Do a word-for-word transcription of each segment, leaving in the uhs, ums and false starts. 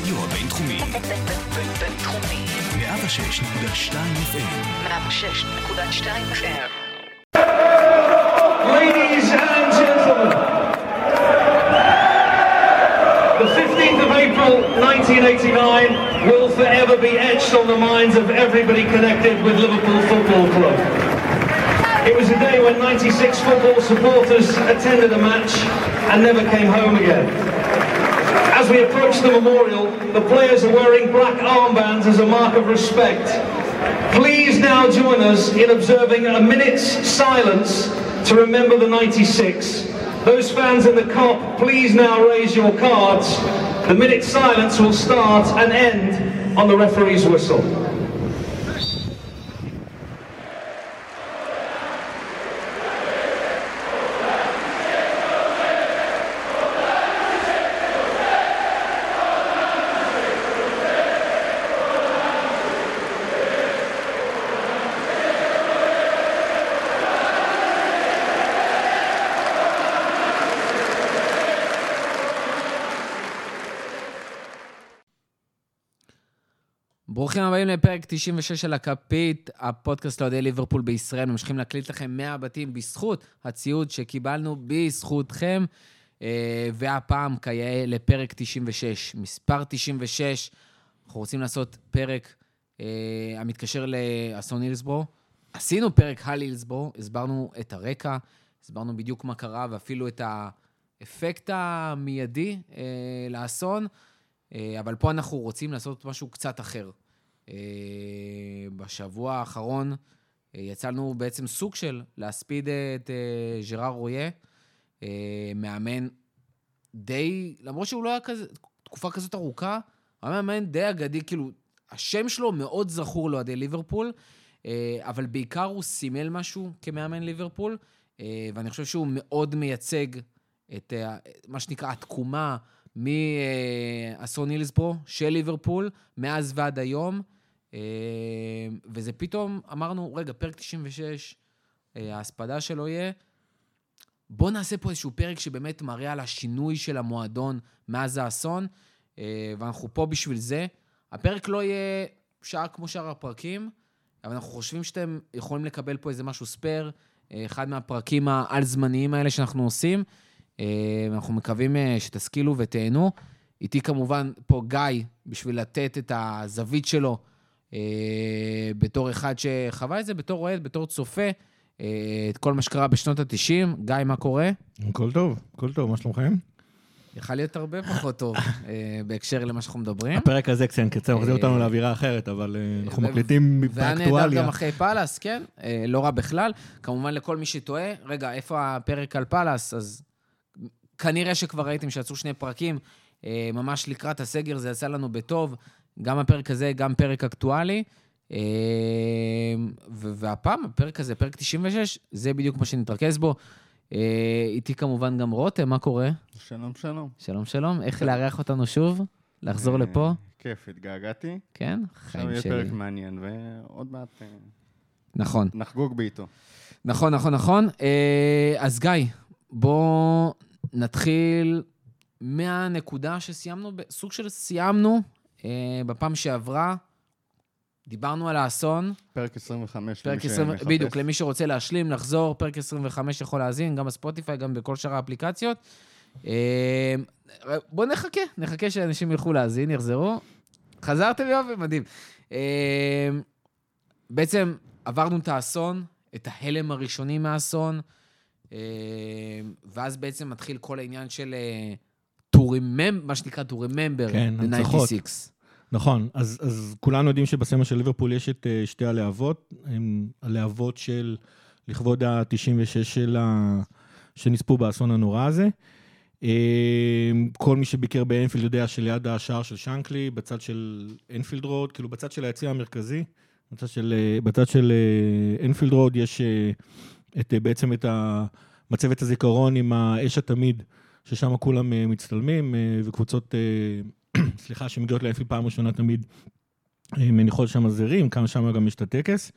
הרדיו הבינתחומי. בינתחומי. מאה ושש נקודה שתיים אף אם. מאה ושש נקודה שתיים אף אם. Ladies and gentlemen, the fifteenth of April nineteen eighty-nine will forever be etched on the minds of everybody connected with Liverpool Football Club. It was a day when ninety-six football supporters attended a match and never came home again. As we approach the memorial, the players are wearing black armbands as a mark of respect. Please now join us in observing a minute's silence to remember the ninety-six. Those fans in the Kop, please now raise your cards. The minute's silence will start and end on the referee's whistle. ברוכים הבאים לפרק תשעים ושש של הכפית, הפודקאסט לאוהדי ליברפול בישראל. ממשיכים להקליט לכם מאה בתים בזכות הציוד שקיבלנו בזכותכם, והפעם כיאה לפרק תשעים ושש, מספר תשעים ושש. אנחנו רוצים לעשות פרק המתקשר לאסון הילסבורו. עשינו פרק על הילסבורו, הסברנו את הרקע, הסברנו בדיוק מה קרה, ואפילו את האפקט המיידי לאסון, אבל פה אנחנו רוצים לעשות משהו קצת אחר. בשבוע האחרון יצאנו בעצם סוג של להספיד את ז'ראר רויה, מאמן די, למרות שהוא לא היה כזה, תקופה כזאת ארוכה, מאמן די אגדי, כאילו, השם שלו מאוד זכור לאוהדי ליברפול, אבל בעיקר הוא סימל משהו כמאמן ליברפול, ואני חושב שהוא מאוד מייצג את מה שנקרא התקומה, מאסון הילסבורו של ליברפול, מאז ועד היום, וזה פתאום אמרנו, רגע, פרק תשעים ושש, ההספדה שלו יהיה, בוא נעשה פה איזשהו פרק שבאמת מראה על השינוי של המועדון מאז האסון, ואנחנו פה בשביל זה. הפרק לא יהיה שעה כמו שאר הפרקים, אבל אנחנו חושבים שאתם יכולים לקבל פה איזה משהו ספר, אחד מהפרקים העל זמניים האלה שאנחנו עושים, אנחנו מקווים שתשכילו ותהנו. איתי כמובן פה גיא, בשביל לתת את הזווית שלו, בתור אחד שחווה את זה, בתור אוהד, בתור צופה, את כל מה שקרה בשנות ה-תשעים. גיא, מה קורה? הכל טוב, הכל טוב, מה שלומכם? יכל להיות הרבה פחות טוב, בהקשר למה שאנחנו מדברים. הפרק הזה קצת קצר, מחזיר אותנו לאווירה אחרת, אבל אנחנו מקליטים באקטואליה. והנהדר גם אחרי פלס, כן? לא רע בכלל. כמובן לכל מי שטועה, רגע, איפה הפרק על פלס? אז כנראה שכבר ראיתם שיצאו שני פרקים, ממש לקראת הסגר, זה יצא לנו בטוב, גם הפרק הזה, גם פרק אקטואלי, והפעם, הפרק הזה, פרק תשעים ושש, זה בדיוק מה שנתרכז בו. איתי כמובן גם רותם, מה קורה? שלום, שלום. שלום, שלום. איך לארח אותנו שוב? לחזור לפה? כיף, התגעגעתי. כן? עכשיו יהיה פרק מעניין, ועוד מעט נכון. נחגוג ביתו. נכון, נכון, נכון. אז גיא, בוא נתחיל מהנקודה שסיימנו, סוג של סיימנו, בפעם שעברה, דיברנו על האסון. פרק עשרים וחמש. פרק עשרים, בדיוק, למי שרוצה להשלים, לחזור, פרק עשרים וחמש יכול להזין, גם בספוטיפיי, גם בכל שאר האפליקציות. בוא נחכה, נחכה שאנשים ילכו להזין, יחזרו. חזרתם יופי, מדהים. בעצם עברנו את האסון, את ההלם הראשוני מהאסון, ואז בעצם מתחיל כל העניין של to remember, מה שנקרא to remember, כן, the תשעים ושש. נכון, אז, אז כולנו יודעים שבסמל של ליברפול יש את שתי הלהבות, הם הלהבות של לכבוד ה-תשעים ושש של ה... שנספו באסון הנורא הזה. כל מי שביקר באנפילד יודע שליד השער של שנקלי, בצד של אנפילד רוד, כאילו בצד של היציע המרכזי, בצד של, בצד של אנפילד רוד יש את, בעצם את מצבת הזיכרון עם האש התמיד, ששם כולם מצטלמים, וקבוצות, סליחה, שמגיעות לאנפילד פעם ראשונה תמיד מניחות שם זרים, כמה שם גם יש את הטקס.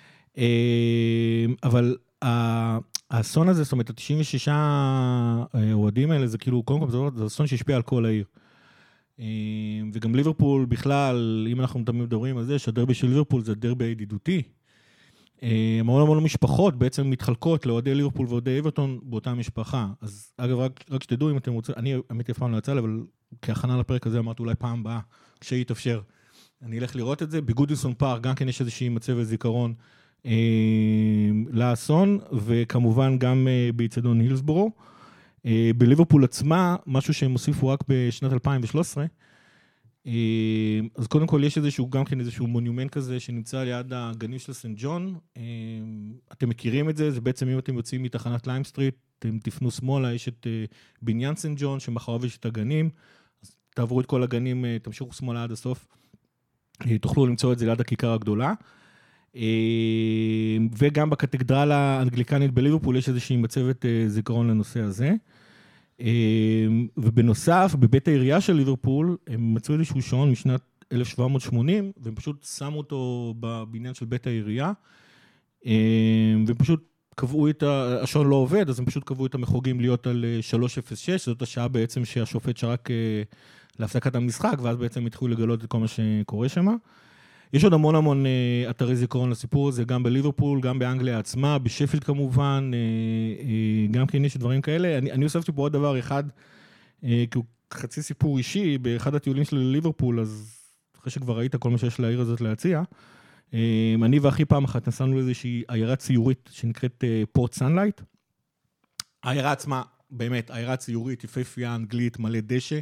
אבל האסון הזה, זאת אומרת, ה-תשעים ושש אוהדים האלה, זה כאילו, קודם כל, זה אסון שהשפיע על כל העיר. וגם ליברפול בכלל, אם אנחנו תמיד מדברים על זה, שהדרבי של ליברפול זה דרבי הידידותי. המון המון משפחות בעצם מתחלקות לאוהדי ליברפול ואוהדי אברטון באותה משפחה. אז אגב, רק, רק שתדעו אם אתם רוצים, אני האמת אף פעם לא יצא לי, אבל כהכנה לפרק הזה אמרתי אולי פעם הבאה, כשיתאפשר. אני אלך לראות את זה. בגודיסון פארק גם כן יש איזושהי מצבת זיכרון אה, לאסון, וכמובן גם אה, באיצטדיון הילסבורו. אה, בליברפול עצמה, משהו שהם הוסיפו רק בשנת אלפיים ושלוש עשרה, אז קודם כל יש איזשהו, גם כן איזשהו מונומנט כזה שנמצא ליד הגנים של סנט ג'ון. אתם מכירים את זה, זה בעצם אם אתם יוצאים מתחנת ליים סטריט, אתם תפנו שמאלה, יש את בניין סנט ג'ון שמאחוריו יש את הגנים, אז תעברו את כל הגנים, תמשיכו שמאלה עד הסוף, תוכלו למצוא את זה ליד הכיכר הגדולה. וגם בקתדרלה האנגליקנית בליברפול יש איזושהי מצבת זיכרון לנושא הזה. ובנוסף, בבית העירייה של ליברפול, הם מצאו איזשהו שעון משנת אלף שבע מאות ושמונים, והם פשוט שמו אותו בבניין של בית העירייה, והם פשוט קבעו את, השעון לא עובד, אז הם פשוט קבעו את המחוגים להיות על שלוש אפס שש, זאת השעה בעצם שהשופט שרק להפסקת המשחק, ואז בעצם התחילו לגלות את כל מה שקורה שם. יש עוד המון המון אתרי זיכרון לסיפור הזה, גם בליברפול, גם באנגליה עצמה, בשפילד כמובן, גם כן יש דברים כאלה. אני, אני הוספתי פה עוד דבר אחד, כי הוא חצי סיפור אישי, באחד הטיולים שלי לליברפול, אז אחרי שכבר ראית כל מה שיש לעיר הזאת להציע, אני ואחי פעם אחת נסענו לאיזושהי עיירה ציורית שנקראת פורט סנלייט. העיירה עצמה, באמת, עיירה ציורית, יפהפייה, אנגלית, מלא דשא,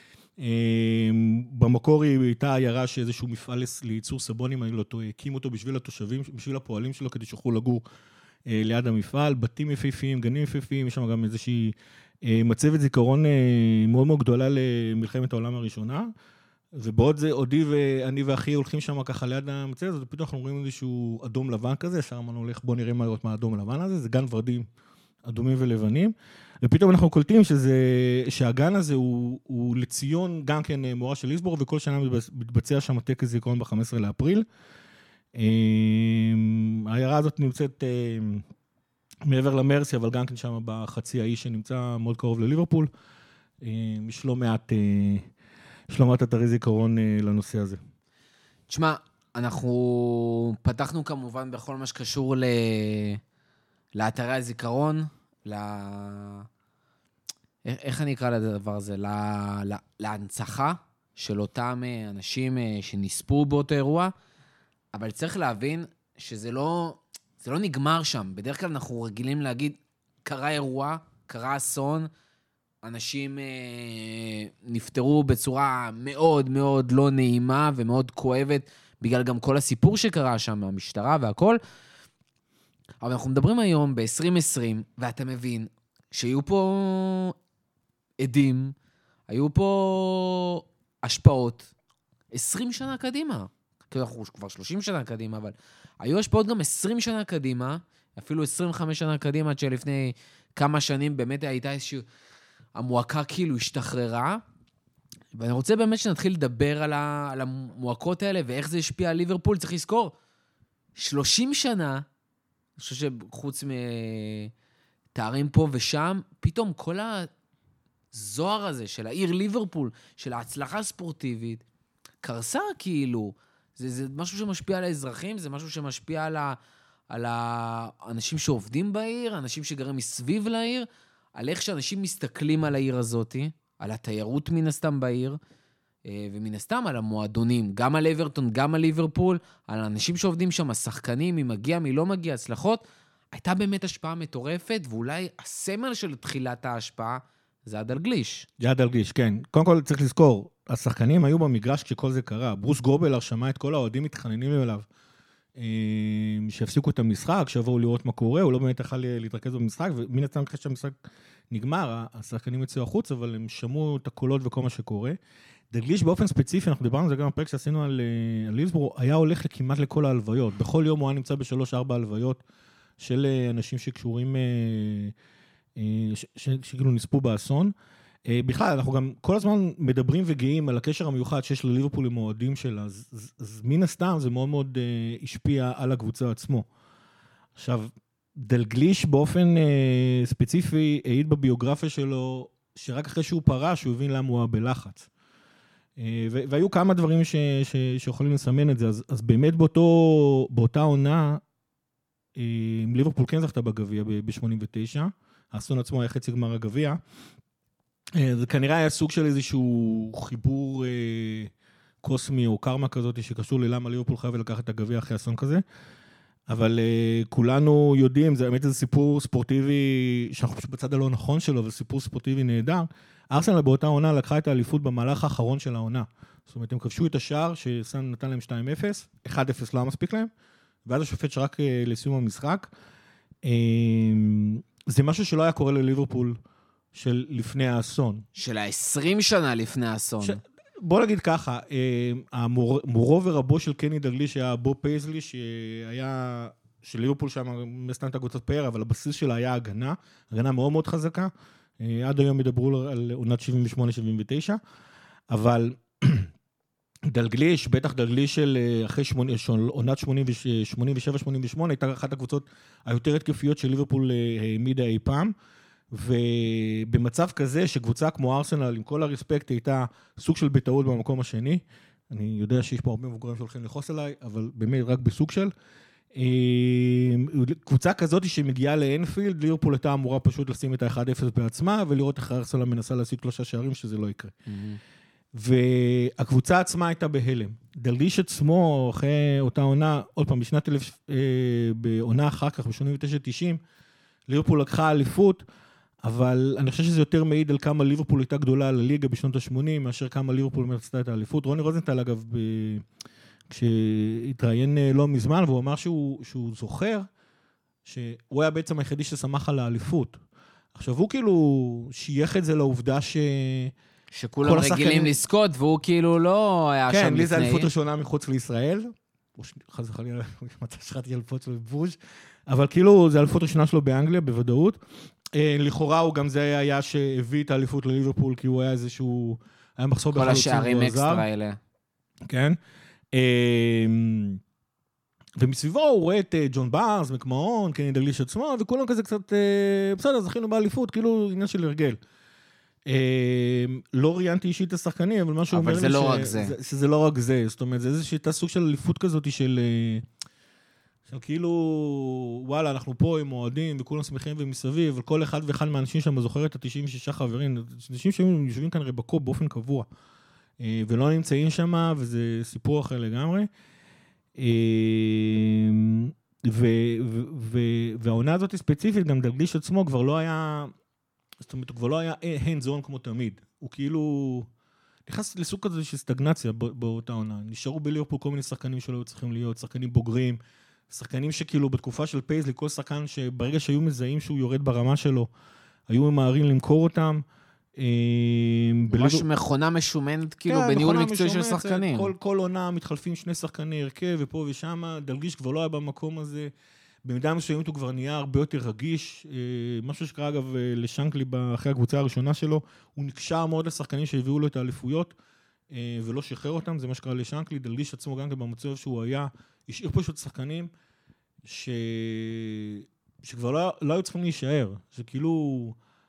במקור היא הייתה עיירה שאיזשהו מפעל לייצור סבונים, אני לא טועה, הקים אותו בשביל התושבים, בשביל הפועלים שלו, כדי שיוכלו לגור ליד המפעל, בתים יפהפיים, גנים יפהפיים, יש שם גם איזושהי מצבת זיכרון מאוד מאוד גדולה למלחמת העולם הראשונה, ובעוד זה, עודי ואני ואחי הולכים שם ככה ליד המצבת הזאת, ופתאום אנחנו רואים איזשהו אדום לבן כזה, ישר אמרנו הולך, בוא נראה מה מה האדום לבן הזה, זה גן ורדים אדומים ולבנים, ופתאום אנחנו קולטים שזה, שהגן הזה הוא, הוא לציון גם כן מורה של הילסבורו, וכל שנה מתבצע שם טקס זיכרון ב-חמישה עשר לאפריל. העיירה הזאת נמצאת מעבר למרסי, אבל גם כן שם בחצי האי שנמצא מאוד קרוב לליברפול. יש לא מעט, יש לא מעט אתרי זיכרון לנושא הזה. תשמע, אנחנו פתחנו כמובן בכל מה שקשור ל... לאתרי הזיכרון, ל... איך אני אקרא לדבר הזה? לה... לה... להנצחה של אותם אנשים שנספו באותו אירוע, אבל צריך להבין שזה לא, זה לא נגמר שם. בדרך כלל אנחנו רגילים להגיד, קרה אירוע, קרה אסון, אנשים אה, נפטרו בצורה מאוד מאוד לא נעימה ומאוד כואבת, בגלל גם כל הסיפור שקרה שם, המשטרה והכל, אבל אנחנו מדברים היום ב-עשרים עשרים, ואתה מבין שהיו פה עדים, היו פה השפעות עשרים שנה קדימה. כאילו אנחנו כבר שלושים שנה קדימה, אבל היו השפעות גם עשרים שנה קדימה, אפילו עשרים וחמש שנה קדימה, עד שלפני כמה שנים באמת הייתה איזושהי, המועקה כאילו השתחררה, ואני רוצה באמת שנתחיל לדבר על, ה, על המועקות האלה, ואיך זה השפיע על ליברפול. צריך לזכור, שלושים שנה, אני חושב שחוץ מתארים פה ושם, פתאום כל הזוהר הזה של העיר ליברפול, של ההצלחה הספורטיבית, קרסה כאילו. זה, זה משהו שמשפיע על האזרחים, זה משהו שמשפיע על, ה, על האנשים שעובדים בעיר, אנשים שגרים מסביב לעיר, על איך שאנשים מסתכלים על העיר הזאת, על התיירות מן הסתם בעיר, ומן הסתם על המועדונים, גם על אברטון, גם על ליברפול, על האנשים שעובדים שם, השחקנים, מי מגיע, מי לא מגיע, הצלחות. הייתה באמת השפעה מטורפת, ואולי הסמל של תחילת ההשפעה זה הדלגליש. זה הדלגליש, כן. קודם כל צריך לזכור, השחקנים היו במגרש כשכל זה קרה. ברוס גרובלר שמע את כל האוהדים מתחננים אליו, שהפסיקו את המשחק, שיבואו לראות מה קורה, הוא לא באמת יכול להתרכז במשחק, ומן הסתם אחרי שהמשחק נגמר, השחקנים יצאו החוץ, אבל הם שמעו את הקולות וכל מה שקורה. דלגליש באופן ספציפי, אנחנו דיברנו על זה גם בפרק שעשינו על הילסבורו, היה הולך כמעט לכל ההלוויות. בכל יום הוא היה נמצא בשלוש ארבע הלוויות של אנשים שקשורים, שכאילו נספו באסון. בכלל, אנחנו גם כל הזמן מדברים וגאים על הקשר המיוחד שיש לליברפול עם האוהדים שלה, אז, אז, אז מן הסתם זה מאוד מאוד uh, השפיע על הקבוצה עצמו. עכשיו, דלגליש באופן uh, ספציפי העיד בביוגרפיה שלו, שרק אחרי שהוא פרש, הוא הבין למה הוא היה בלחץ. והיו כמה דברים שיכולים לסמן את זה, אז באמת באותה עונה, ליברפול כן זכתה בגביע ב-שמונים ותשע, האסון עצמו היה חצי גמר הגביע, זה כנראה היה סוג של איזשהו חיבור קוסמי או קרמה כזאת שקשור ללמה ליברפול חייב לקחת את הגביע אחרי אסון כזה, אבל כולנו יודעים, זה באמת איזה סיפור ספורטיבי, שאנחנו פשוט בצד הלא נכון שלו, אבל סיפור ספורטיבי נהדר, ארסנל באותה עונה לקחה את האליפות במהלך האחרון של העונה, זאת אומרת, הם כבשו את השער שסן נתן להם שתיים אפס, אחד אפס לא מספיק להם, ואז השופט שרק לסיום המשחק, זה משהו שלא היה קורה לליברפול של לפני האסון. של ה-עשרים שנה לפני האסון. ש... בוא נגיד ככה, המורו ורבו של קני דגליש היה בוב פייזלי, שהיה, של ליברפול שם מסתם את הקבוצת פאר, אבל הבסיס שלה היה הגנה, הגנה מאוד מאוד חזקה, עד היום ידברו על עונת שבעים ושמונה שבעים ותשע, אבל דלגליש, בטח דלגליש של אחרי עונת שמונים ושבע שמונים ושמונה, הייתה אחת הקבוצות היותר התקפיות של ליברפול העמידה אי פעם, ובמצב כזה שקבוצה כמו ארסנל, עם כל הרספקט, הייתה סוג של בטעות במקום השני, אני יודע שיש פה הרבה מבוגרים שהולכים לחוס אליי, אבל באמת רק בסוג של, קבוצה כזאת שמגיעה לאנפילד, ליברפול הייתה אמורה פשוט לשים את ה-אחד אפס בעצמה, ולראות איך ארסנל מנסה להשיג שלושה שערים, שזה לא יקרה. והקבוצה עצמה הייתה בהלם. דלגיש עצמו, אחרי אותה עונה, עוד פעם, בשנת אלף, בעונה אחר כך, ב-שמונים ותשע תשעים, ליברפול לקחה אליפות, אבל אני חושב שזה יותר מעיד על כמה ליברפול הייתה גדולה לליגה בשנות ה-שמונים, מאשר כמה ליברפול מרצתה את האליפות. רוני רוזנטל, אגב, ב... כשהתראיין לא מזמן, והוא אמר שהוא, שהוא זוכר, שהוא היה בעצם היחידי ששמח על האליפות. עכשיו, הוא כאילו שייך את זה לעובדה ש... שכולם רגילים השחקנים... לזכות, והוא כאילו לא היה כן, שם לפני. כן, לי זה אליפות ראשונה מחוץ לישראל, חז וחלילה, מצא שחרתי אליפות שלו בבוז', אבל כאילו זה אליפות ראשונה שלו באנגליה, בוודאות. לכאורה הוא גם זה היה שהביא את האליפות לליברפול, כי הוא היה איזשהו, היה מחסור כל השערים אקסטרה האלה. כן. ומסביבו הוא רואה את ג'ון בארנס, מקמהון, קני דגליש עצמו, וכולם כזה קצת, בסדר, זכינו באליפות, כאילו עניין של הרגל. לא ראיינתי אישית את השחקנים, אבל מה שהוא אומר לי שזה לא רק זה, זאת אומרת, זה איזושהי סוג של אליפות כזאת של... של כאילו, וואלה, אנחנו פה עם מועדים, וכולם שמחים ומסביב, אבל כל אחד ואחד מהאנשים שם זוכר את ה-תשעים ושישה חברים, אנשים שיושבים כאן רבקו באופן קבוע, ולא נמצאים שם, וזה סיפור אחר לגמרי. והעונה הזאת ספציפית, גם דלגיש עצמו כבר לא היה, זאת אומרת, הוא כבר לא היה hands on כמו תמיד. הוא כאילו נכנס לסוג כזה של סטגנציה באותה עונה. נשארו בליברפול כל מיני שחקנים שלא היו צריכים להיות, שחקנים בוגרים, שחקנים שכאילו בתקופה של פייזלי, כל שחקן שברגע שהיו מזהים שהוא יורד ברמה שלו, היו ממהרים למכור אותם. ממש מכונה משומנת, כאילו בניהול מקצועי של שחקנים. כל עונה מתחלפים שני שחקני הרכב, ופה ושם, דלגיש כבר לא היה במקום הזה. במידה מסוימת הוא כבר נהיה הרבה יותר רגיש. משהו שקרה אגב לשנקלי אחרי הקבוצה הראשונה שלו, הוא נקשר מאוד לשחקנים שהביאו לו את האליפויות, ולא שחרר אותם, זה מה שקרה לשנקלי. דלגיש עצמו גם במצב שהוא היה, השאיר פשוט שחקנים ש... שכבר לא, לא היו צריכים להישאר. שכאילו...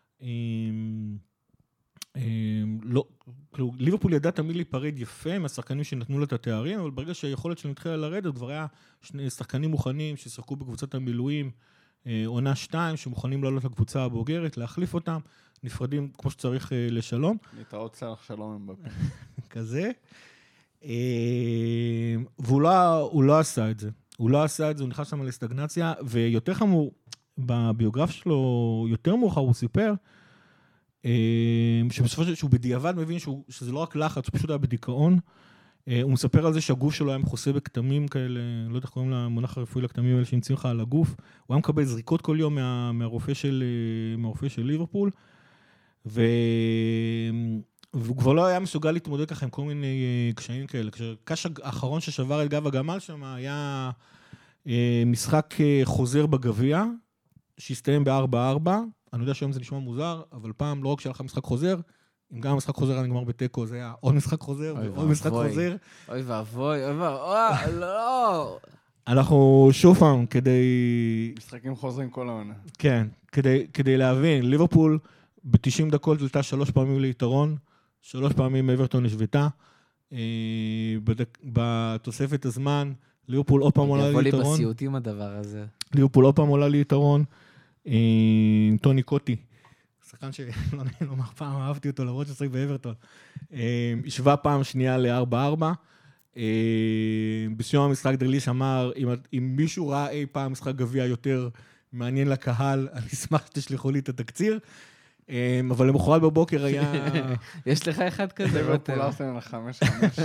לא, כאילו, ליברפול ידע תמיד להיפרד יפה מהשחקנים שנתנו לו את התארים, אבל ברגע שהיכולת שלהם התחילה לרדת, כבר היה שני שחקנים מוכנים ששחקו בקבוצת המילואים, עונה שתיים, שמוכנים לעלות לקבוצה הבוגרת, להחליף אותם, נפרדים כמו שצריך לשלום. להתראות צלח שלום עם בפה. כזה. והוא לא, הוא לא עשה את זה. הוא לא עשה את זה, הוא נכנס שם לסטגנציה, ויותר חמור, בביוגרף שלו, יותר מאוחר, הוא סיפר, שבסופו של שהוא בדיעבד מבין שהוא, שזה לא רק לחץ, הוא פשוט היה בדיכאון. הוא מספר על זה שהגוף שלו היה מכוסה בכתמים כאלה, לא יודע איך קוראים למונח הרפואי לכתמים האלה שנמצאים לך על הגוף. הוא היה מקבל זריקות כל יום מה, מהרופא של, מהרופא של ליברפול, ו... והוא כבר לא היה מסוגל להתמודד ככה עם כל מיני קשיים כאלה. כשהקש האחרון ששבר את גב הגמל שם היה משחק חוזר בגביע, שהסתיים ב-ארבע ארבע, אני יודע שהיום זה נשמע מוזר, אבל פעם לא רק שהיה לך משחק חוזר, אם גם המשחק חוזר היה נגמר בטקו, זה היה עוד משחק חוזר ועוד משחק חוזר. אוי ואבוי, אוי ואבוי, לא. אנחנו שוב פעם כדי... משחקים חוזרים כל העונה. כן, כדי, כדי להבין, ליברפול ב-תשעים דקות עלתה שלוש פעמים ליתרון, שלוש פעמים אברטון השוותה, בתוספת הזמן, ליברפול עוד פעם עולה ליתרון. יבוא לי בסיוטים הדבר הזה. ליברפול עוד פעם עולה ליתרון. טוני קוטי, שחקן שלא נעים לומר פעם, אהבתי אותו למרות ששחק באברטון. השווה פעם שנייה ל-ארבע ארבע. בסיום המשחק דרליש אמר, אם מישהו ראה אי פעם משחק גביע יותר מעניין לקהל, אני אשמח שתשלחו לי את התקציר. אבל למחרת בבוקר היה... יש לך אחד כזה? ליברפול ארסנל חמש חמש.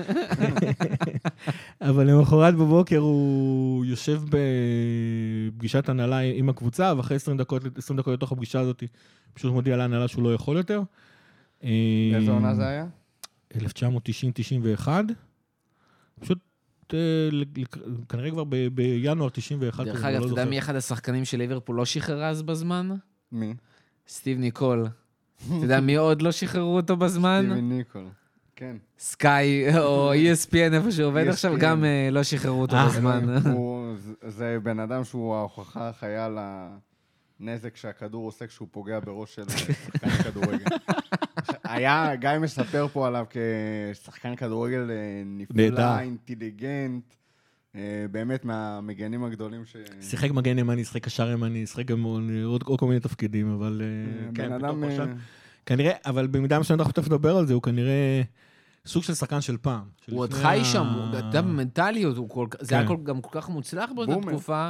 אבל למחרת בבוקר הוא יושב בפגישת הנהלה עם הקבוצה, ואחרי עשרים דקות לתוך הפגישה הזאת, פשוט מודיע להנהלה שהוא לא יכול יותר. איזה עונה זה היה? אלף תשע מאות תשעים תשעים ואחת. פשוט כנראה כבר בינואר תשעים ואחת. דרך אגב, אתה יודע מי אחד השחקנים של ליברפול לא שחרר אז בזמן? מי? סטיב ניקול. אתה יודע מי עוד לא שחררו אותו בזמן? סטיב ניקול, כן. סקאי או אי אס פי אן איפה שעובד עכשיו, גם לא שחררו אותו בזמן. זה בן אדם שהוא ההוכחה החיה לנזק שהכדור עושה כשהוא פוגע בראש של שחקן כדורגל. היה, גיא מספר פה עליו כשחקן כדורגל נפלא, אינטליגנט, באמת מהמגנים הגדולים ש... שיחק מגן ימני, שיחק קשר ימני, שיחק גם עוד כל מיני תפקידים, אבל... בן אדם... כנראה, אבל במידה מסוימת אנחנו תכף נדבר על זה, הוא כנראה סוג של שחקן של פעם. הוא עוד חי שם, הוא אדם במנטליות, זה היה גם כל כך מוצלח באותה תקופה.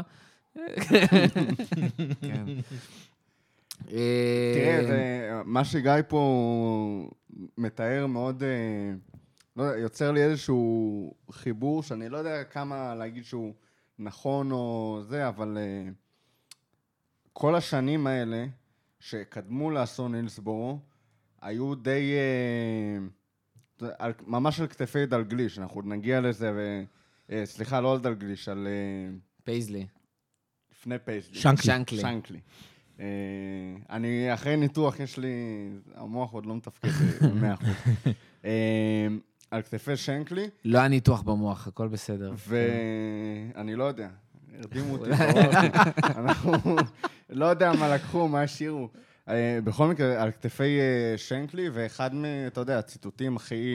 תראה, מה שגיא פה מתאר מאוד... לא יודע, יוצר לי איזשהו חיבור, שאני לא יודע כמה להגיד שהוא נכון או זה, אבל uh, כל השנים האלה שקדמו לאסון הילסבורו, היו די, uh, על, ממש על כתפי דלגליש, אנחנו נגיע לזה, ו, uh, סליחה, לא על דלגליש, על... Uh, פייזלי. לפני פייזלי. שנקלי. שנקלי. שנקלי. Uh, אני, אחרי ניתוח, יש לי, המוח עוד לא מתפקד מאה אחוז. uh, על כתפי שנקלי. לא היה ניתוח במוח, הכל בסדר. ואני לא יודע, הרדימו אותי בראש. אנחנו לא יודע מה לקחו, מה השאירו. בכל מקרה, על כתפי שנקלי, ואחד מ... אתה יודע, הציטוטים הכי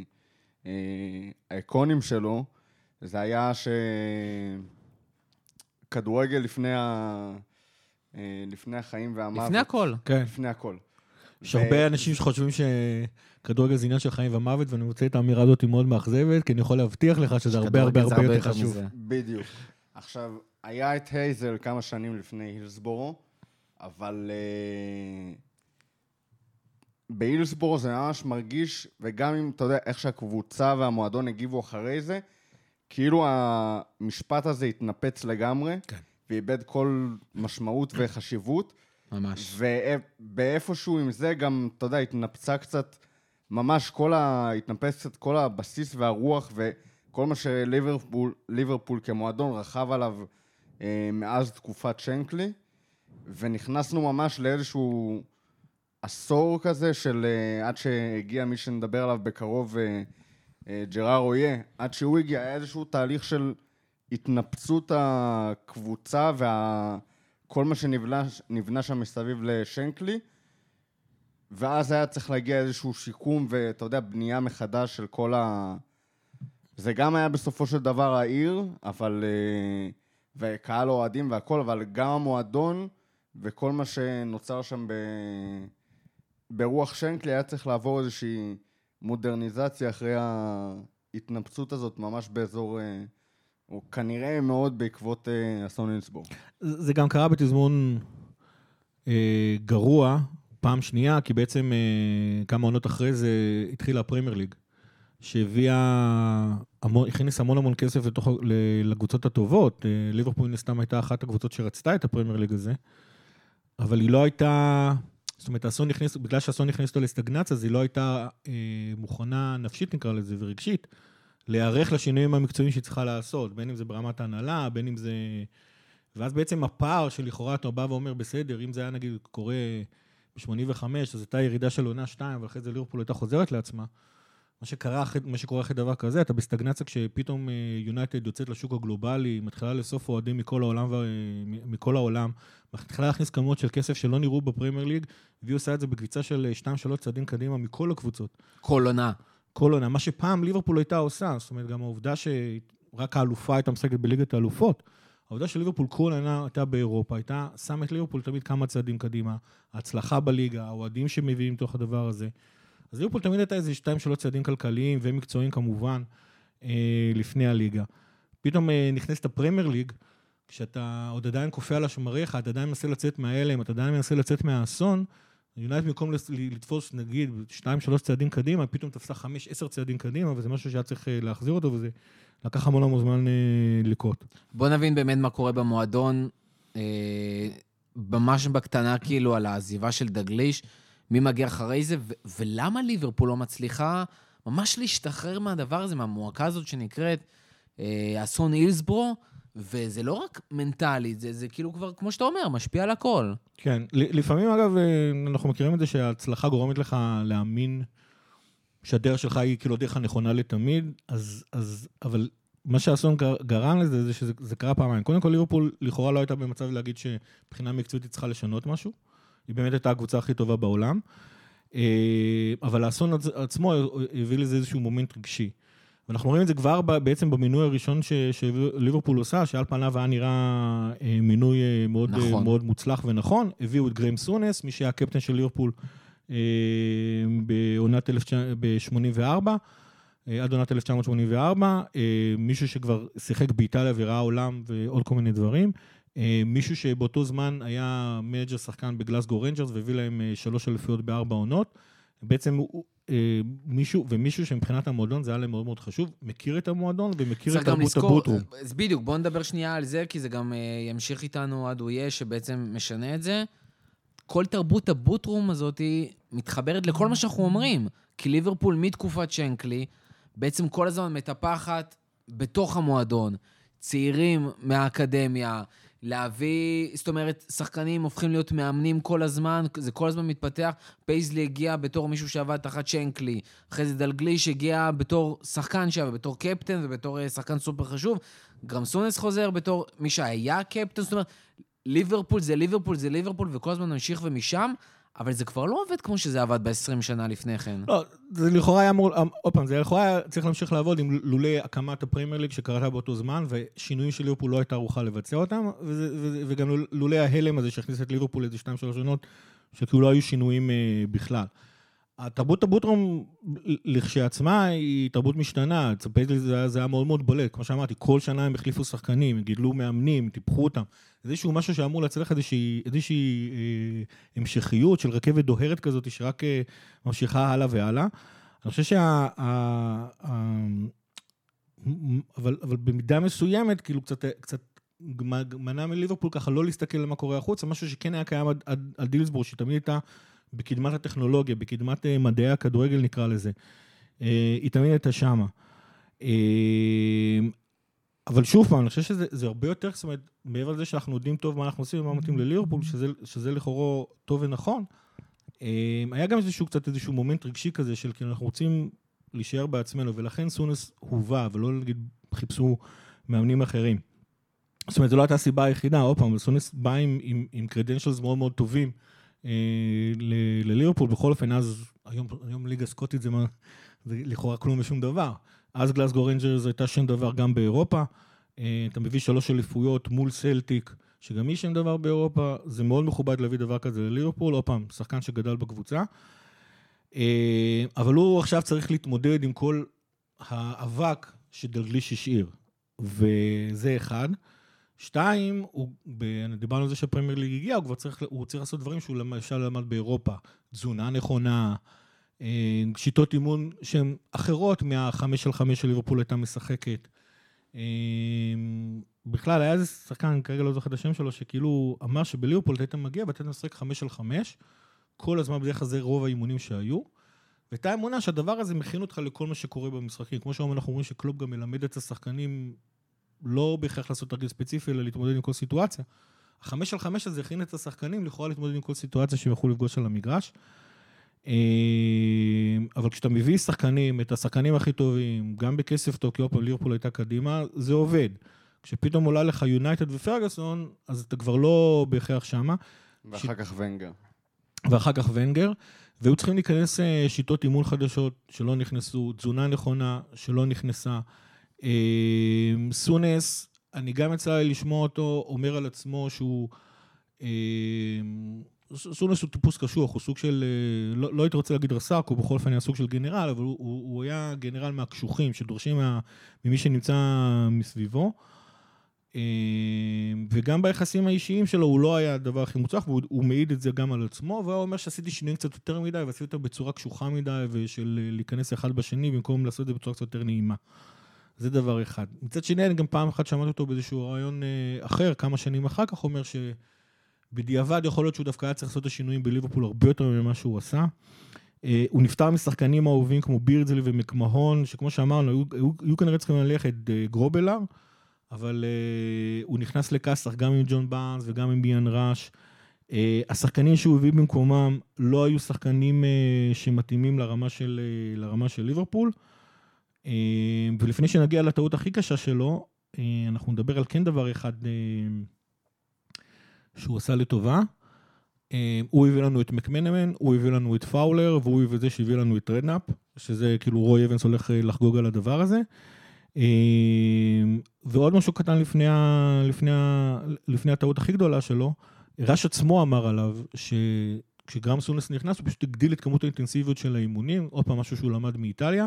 האיקונים שלו, זה היה שכדורגל לפני ה... לפני החיים והמוות. לפני הכל. כן. לפני הכל. יש הרבה אנשים שחושבים שכדורגל זה עניין של חיים ומוות, ואני רוצה את האמירה הזאת מאוד מאכזבת, כי אני יכול להבטיח לך שזה הרבה הרבה הרבה יותר חשוב. בדיוק. עכשיו, היה את הייזל כמה שנים לפני הילסבורו, אבל בהילסבורו זה ממש מרגיש, וגם אם אתה יודע איך שהקבוצה והמועדון הגיבו אחרי זה, כאילו המשפט הזה התנפץ לגמרי, ואיבד כל משמעות וחשיבות, ממש. ובאיפשהו עם זה גם, אתה יודע, התנפצה קצת, ממש כל ה... התנפץ קצת כל הבסיס והרוח, וכל מה שליברפול ליברפול כמועדון רכב עליו אה, מאז תקופת שנקלי, ונכנסנו ממש לאיזשהו עשור כזה, של אה, עד שהגיע מי שנדבר עליו בקרוב, אה, אה, ג'ראר רויה, עד שהוא הגיע, היה איזשהו תהליך של התנפצות הקבוצה וה... כל מה שנבנה נבנה שם מסביב לשנקלי, ואז היה צריך להגיע איזשהו שיקום, ואתה יודע, בנייה מחדש של כל ה... זה גם היה בסופו של דבר העיר, אבל... וקהל אוהדים והכל, אבל גם המועדון, וכל מה שנוצר שם ב... ברוח שנקלי, היה צריך לעבור איזושהי מודרניזציה אחרי ההתנפצות הזאת, ממש באזור... הוא כנראה מאוד בעקבות אה, אסון הילסבורו. זה גם קרה בתזמון אה, גרוע, פעם שנייה, כי בעצם אה, כמה עונות אחרי זה התחילה הפרמייר ליג, שהביאה, המון, הכניס המון המון כסף לתוך, לקבוצות הטובות. אה, ליברפול נסתם הייתה אחת הקבוצות שרצתה את הפרמייר ליג הזה, אבל היא לא הייתה, זאת אומרת, האסון נכנס, בגלל שהאסון נכנס אותו לסטגנציה, אז היא לא הייתה אה, מוכנה נפשית, נקרא לזה, ורגשית, להיערך לשינויים המקצועיים שהיא צריכה לעשות, בין אם זה ברמת ההנהלה, בין אם זה... ואז בעצם הפער שלכאורה אתה בא ואומר, בסדר, אם זה היה נגיד קורה ב-שמונים וחמש, אז הייתה ירידה של עונה שתיים, ואחרי זה ליברפול הייתה חוזרת לעצמה. מה שקרה, מה שקורה אחרי דבר כזה, אתה בסטגנציה כשפתאום יונייטד יוצאת לשוק הגלובלי, מתחילה לאסוף אוהדים מכל העולם, מכל העולם, מתחילה להכניס כמות של כסף שלא נראו בפרמייר ליג, והיא עושה את זה בקביצה של שתיים שלוש צעדים קדימה מכל הקבוצות. כל עונה. כל עונה, מה שפעם ליברפול הייתה עושה, זאת אומרת, גם העובדה שרק האלופה הייתה משחקת בליגת האלופות, העובדה של ליברפול כל עונה הייתה באירופה, הייתה שם את ליברפול תמיד כמה צעדים קדימה, ההצלחה בליגה, האוהדים שמביאים תוך הדבר הזה. אז ליברפול תמיד הייתה איזה שתיים שלוש צעדים כלכליים ומקצועיים כמובן, אה, לפני הליגה. פתאום אה, נכנסת הפרמייר ליג, כשאתה עוד עדיין קופא על השמריך, אתה עדיין מנסה לצאת מהאלם, אתה עדיין מנסה לצאת מהאסון, יונייטד במקום לתפוס, נגיד, שתיים שלוש צעדים קדימה, פתאום תפסה חמש עשר צעדים קדימה, וזה משהו שהיה צריך להחזיר אותו, וזה לקח המון המון זמן לקרות. בוא נבין באמת מה קורה במועדון, אה, ממש בקטנה כאילו על העזיבה של דגליש, מי מגיע אחרי זה, ו- ולמה ליברפול לא מצליחה ממש להשתחרר מהדבר הזה, מהמועקה הזאת שנקראת אה, אסון אילסבורו, וזה לא רק מנטלית, זה, זה כאילו כבר, כמו שאתה אומר, משפיע על הכל. כן, לפעמים אגב, אנחנו מכירים את זה שההצלחה גורמת לך להאמין שהדרך שלך היא כאילו הדרך הנכונה לתמיד, אז, אז, אבל מה שהאסון גרם לזה, זה שזה זה קרה פעמיים. קודם כל, ליברפול לכאורה לא הייתה במצב להגיד שבחינה מקצועית היא צריכה לשנות משהו, היא באמת הייתה הקבוצה הכי טובה בעולם, אבל האסון עצמו הביא לזה איזשהו מומנט רגשי. ואנחנו רואים את זה כבר בעצם במינוי הראשון שליברפול עושה, שעל פניו היה נראה מינוי מאוד, נכון. מאוד מוצלח ונכון. הביאו את גריים סונס, מי שהיה הקפטן של ליברפול בעונת ב-שמונים וארבע, עד עונת אלף תשע מאות שמונים וארבע, מישהו שכבר שיחק באיטליה וראה עולם ועוד כל מיני דברים, מישהו שבאותו זמן היה מנג'ר שחקן בגלסגו רנג'רס, והביא להם שלוש אליפויות בארבע עונות. בעצם הוא מישהו, ומישהו שמבחינת המועדון זה היה להם מאוד מאוד חשוב, מכיר את המועדון ומכיר את תרבות הבוטרום. אז בדיוק, בוא נדבר שנייה על זה, כי זה גם ימשיך איתנו עד הוא יהיה, שבעצם משנה את זה. כל תרבות הבוטרום הזאת היא מתחברת לכל מה שאנחנו אומרים, כי ליברפול מתקופת שנקלי, בעצם כל הזמן מטפחת בתוך המועדון, צעירים מהאקדמיה, להביא, זאת אומרת, שחקנים הופכים להיות מאמנים כל הזמן, זה כל הזמן מתפתח. פייזלי הגיע בתור מישהו שעבד תחת שנקלי, אחרי זה דלגליש הגיע בתור שחקן שעבד, בתור קפטן ובתור שחקן סופר חשוב, גרם סונס חוזר בתור מי שהיה קפטן, זאת אומרת, ליברפול זה ליברפול זה ליברפול, וכל הזמן נמשיך ומשם, אבל זה כבר לא עובד כמו שזה עבד ב-עשרים שנה לפני כן. לא, זה לכאורה היה אמור, עוד פעם, זה לכאורה היה צריך להמשיך לעבוד עם לולי הקמת הפרמייר ליג שקרתה באותו זמן, ושינויים של ליברפול לא הייתה ערוכה לבצע אותם, וגם לולי ההלם הזה שהכניס את ליברפול איזה שתיים שלוש שנות, שכאילו לא היו שינויים בכלל. התרבות הבוטרום לכשעצמה היא תרבות משתנה, זה, זה היה מאוד מאוד בולט, כמו שאמרתי, כל שנה הם החליפו שחקנים, הם גידלו מאמנים, טיפחו אותם, זה איזשהו משהו שאמור להצליח איזושהי, איזושהי אה, המשכיות של רכבת דוהרת כזאת, שרק אה, ממשיכה הלאה והלאה. אני חושב שה... ה, ה, אבל, אבל במידה מסוימת, כאילו קצת, קצת מנע מליברפול ככה לא להסתכל על מה קורה החוץ, זה משהו שכן היה קיים עד, עד, עד דילסבורג, שתמיד הייתה בקדמת הטכנולוגיה, בקדמת מדעי הכדורגל נקרא לזה. היא תמיד הייתה שמה. אבל שוב פעם, אני חושב שזה הרבה יותר, זאת אומרת, מעבר לזה שאנחנו יודעים טוב מה אנחנו עושים ומה מתאים לליברפול, שזה, שזה לכאורה טוב ונכון, היה גם איזשהו קצת איזשהו מומנט רגשי כזה של כי אנחנו רוצים להישאר בעצמנו, ולכן סונס הובא, ולא נגיד חיפשו מאמנים אחרים. זאת אומרת, זו לא הייתה הסיבה היחידה, עוד פעם, סונס בא עם, עם, עם קרדנשלס מאוד מאוד טובים, לליברפול, בכל אופן, אז היום, היום ליגה סקוטית זה, מה, זה לכאורה כלום ושום דבר. אז גלסגו רנג'רס הייתה שם דבר גם באירופה, אתה מביא שלוש אליפויות מול סלטיק, שגם היא שם דבר באירופה, זה מאוד מכובד להביא דבר כזה לליברפול, עוד פעם, שחקן שגדל בקבוצה, אבל הוא עכשיו צריך להתמודד עם כל האבק שדלגליש השאיר, וזה אחד. שתיים, דיברנו על זה שהפרמייר ליג הגיע, הוא כבר צריך, הוא צריך לעשות דברים שהוא למשל למד באירופה, תזונה נכונה, שיטות אימון שהן אחרות מהחמש על חמש של ליברפול הייתה משחקת. בכלל, היה איזה שחקן, כרגע לא זוכר את השם שלו, שכאילו אמר שבליברפול היית מגיע, ואתה משחק חמש על חמש, כל הזמן בדרך כזה רוב האימונים שהיו, והייתה אמונה שהדבר הזה מכין אותך לכל מה שקורה במשחקים. כמו שאומרים, אנחנו אומרים שקלופ גם מלמד את השחקנים לא בהכרח לעשות תרגיל ספציפי, אלא להתמודד עם כל סיטואציה. החמש על חמש הזה הכין את השחקנים, לכאורה להתמודד עם כל סיטואציה שהם יכולו לפגוש על המגרש. אבל כשאתה מביא שחקנים, את השחקנים הכי טובים, גם בכסף טוב, כי אופן ליברפול הייתה קדימה, זה עובד. כשפתאום עולה לך יונייטד ופרגוסון, אז אתה כבר לא בהכרח שמה. ואחר כך ונגר. ואחר כך ונגר. והיו צריכים להיכנס שיטות אימון חדשות שלא נכנסו, תזונה נכונה שלא נכנסה. סונס, אני גם יצא לי לשמוע אותו, אומר על עצמו שהוא, סונס הוא טיפוס קשוח, הוא סוג של, לא, לא הייתי רוצה להגיד רס"ק, הוא בכל אופן היה סוג של גנרל, אבל הוא, הוא היה גנרל מהקשוחים, שדורשים מה, ממי שנמצא מסביבו, וגם ביחסים האישיים שלו הוא לא היה הדבר הכי מוצלח, והוא מעיד את זה גם על עצמו, והוא אומר שעשיתי שינויים קצת יותר מדי, ועשיתי אותה בצורה קשוחה מדי, ושל להיכנס אחד בשני, במקום לעשות את זה בצורה קצת יותר נעימה. זה דבר אחד. מצד שני, אני גם פעם אחת שמעתי אותו באיזשהו רעיון אחר, כמה שנים אחר כך, אומר שבדיעבד יכול להיות שהוא דווקא היה צריך לעשות את השינויים בליברפול הרבה יותר ממה שהוא עשה. הוא נפטר משחקנים אהובים כמו בירדזלי ומקמהון, שכמו שאמרנו, היו, היו, היו כנראה צריכים ללכת גרובלר, אבל uh, הוא נכנס לקסח גם עם ג'ון בארנס וגם עם ביאן ראש. Uh, השחקנים שהוא הביא במקומם לא היו שחקנים uh, שמתאימים לרמה של, uh, לרמה של ליברפול. Uh, ולפני שנגיע לטעות הכי קשה שלו, uh, אנחנו נדבר על כן דבר אחד uh, שהוא עשה לטובה. Uh, הוא הביא לנו את מקמנמן, הוא הביא לנו את פאולר, והוא הביא את זה שהביא לנו את רדנאפ, שזה כאילו רוי אבנס הולך לחגוג על הדבר הזה. ועוד משהו קטן לפני, לפני, לפני הטעות הכי גדולה שלו, ראש עצמו אמר עליו שכשגרם סונס נכנס, הוא פשוט הגדיל את כמות האינטנסיביות של האימונים, עוד פעם משהו שהוא למד מאיטליה.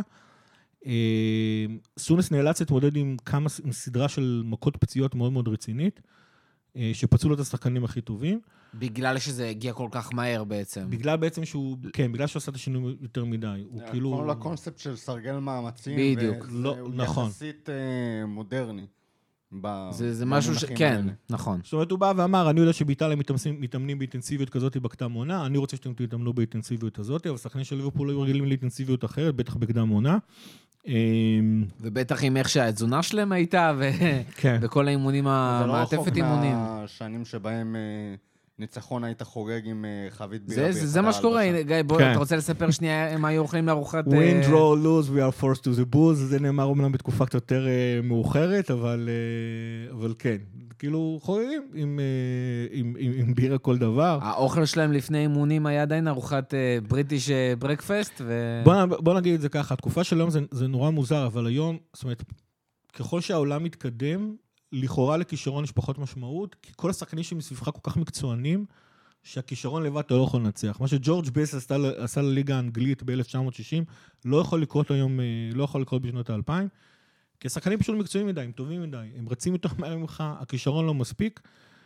סונס נאלץ להתמודד עם כמה, עם סדרה של מכות פציעות מאוד מאוד רצינית, שפצעו לו את השחקנים הכי טובים. בגלל שזה הגיע כל כך מהר בעצם. בגלל בעצם שהוא, כן, בגלל שהוא עשה את השינוי יותר מדי. הוא כאילו... כל הקונספט של סרגל מאמצים. בדיוק. לא, נכון. יחסית מודרני. זה, זה משהו ש... כן, נכון. זאת אומרת, הוא בא ואמר, אני יודע שבאיטליה מתאמנים באינטנסיביות כזאת בקדם עונה, אני רוצה שאתם תתאמנו באינטנסיביות הזאת, אבל שחקנים של ליברפול היו רגילים לאינטנסיביות אחרת, בטח בקדם עונה. ובטח עם איך שהתזונה שלהם הייתה, וכל האימונים, המעטפת אימונים. זה לא רחוק מהשנים שבהם ניצחון היית חוגג עם חבית בירה. זה מה שקורה, גיא, בוא, אתה רוצה לספר שנייה מה היו אוכלים לארוחת... Win, draw, lose, we are forced to the booze, זה נאמר אומנם בתקופה קצת יותר מאוחרת, אבל כן, כאילו חוגגים עם בירה כל דבר. האוכל שלהם לפני אימונים היה עדיין ארוחת בריטיש ברקפסט, ו... בוא נגיד את זה ככה, התקופה של היום זה נורא מוזר, אבל היום, זאת אומרת, ככל שהעולם מתקדם, לכאורה לכישרון יש פחות משמעות, כי כל השחקנים שמסביבך כל כך מקצוענים, שהכישרון לבד אתה לא יכול לנצח. מה שג'ורג' בייס עשה, עשה לליגה האנגלית ב-אלף תשע מאות שישים, לא יכול לקרות היום, לא יכול לקרות בשנות ה-אלפיים, כי השחקנים פשוט מקצועיים מדי, הם טובים מדי, הם רצים יותר מהר ממך, הכישרון לא מספיק,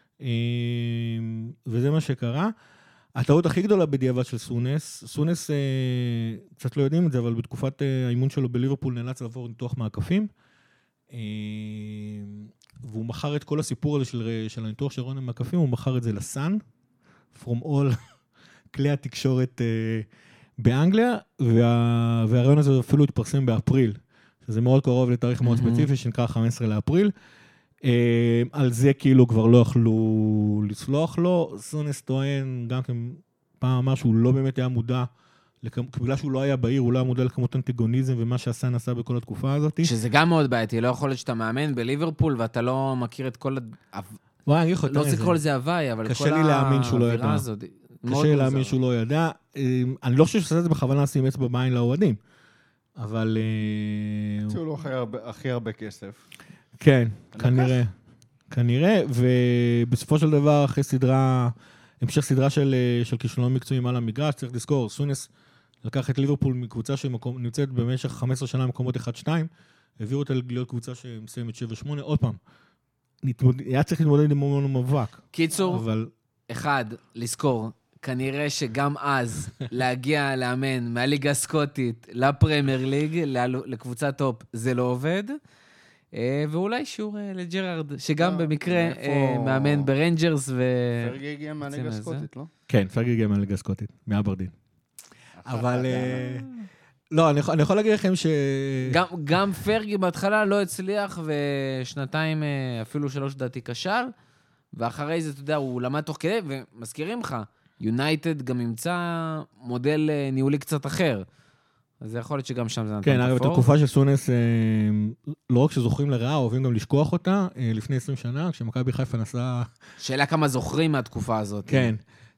וזה מה שקרה. הטעות הכי גדולה בדיעבד של סונס, סונס, קצת לא יודעים את זה, אבל בתקופת האימון שלו בליברפול נאלץ לעבור ניתוח מעקפים, והוא מכר את כל הסיפור הזה של, של הניתוח של רונן מקפים, הוא מכר את זה לסן, from all כלי התקשורת uh, באנגליה, וה, והרעיון הזה אפילו התפרסם באפריל, שזה מאוד קרוב לתאריך מאוד ספציפי, שנקרא חמישה עשר לאפריל. Uh, על זה כאילו כבר לא יכלו לסלוח לו, סונס טוען גם כן פעם אמר שהוא לא באמת היה מודע, בגלל שהוא לא היה בעיר, הוא לא היה מודע לכמות אנטגוניזם, ומה שהסן עשה בכל התקופה הזאת. שזה גם מאוד בעייתי, לא יכול להיות שאתה מאמן בליברפול, ואתה לא מכיר את כל... וואי, אני יכול... לא רוצה כל זה הוואי, אבל כל האווירה הזאת... קשה לי להאמין שהוא לא ידע. אני לא חושב שעשה את זה בכוונה לשים אצבע בעין לאוהדים, אבל... הוא לא הכי הרבה כסף. כן, כנראה. כנראה, ובסופו של דבר, אחרי סדרה... המשך סדרה של, של כישלונות מקצועיים על המגרש, צריך לזכור, סונס לקח את ליברפול מקבוצה שנמצאת במשך חמש עשרה שנה מקומות אחת שתיים, העבירו אותה להיות קבוצה שמסיימת שבע שמונה, עוד פעם, נתמוד... היה צריך להתמודד עם המון מאבק. קיצור, אבל... אחד, לזכור, כנראה שגם אז להגיע לאמן מהליגה הסקוטית לפרמייר ליג, לקבוצת טופ, זה לא עובד, ואולי שיעור לג'רארד, שגם במקרה מאמן ברנג'רס ו... פרגי הגיע מהליגה הסקוטית, לא? כן, פרגי הגיע מהליגה הסקוטית, מאברדין. אבל... לא, אני יכול להגיד לכם ש... גם פרגי בהתחלה לא הצליח, ושנתיים, אפילו שלוש דעתי קשר, ואחרי זה, אתה יודע, הוא למד תוך כדי, ומזכירים לך, יונייטד גם ימצא מודל ניהולי קצת אחר. אז זה יכול להיות שגם שם זה נתן כן, אגב, את התקופה של סונס, לא רק שזוכרים לרעה, אוהבים גם לשכוח אותה, לפני עשרים שנה, כשמכבי חיפה נסעה... שאלה כמה זוכרים מהתקופה הזאת. כן,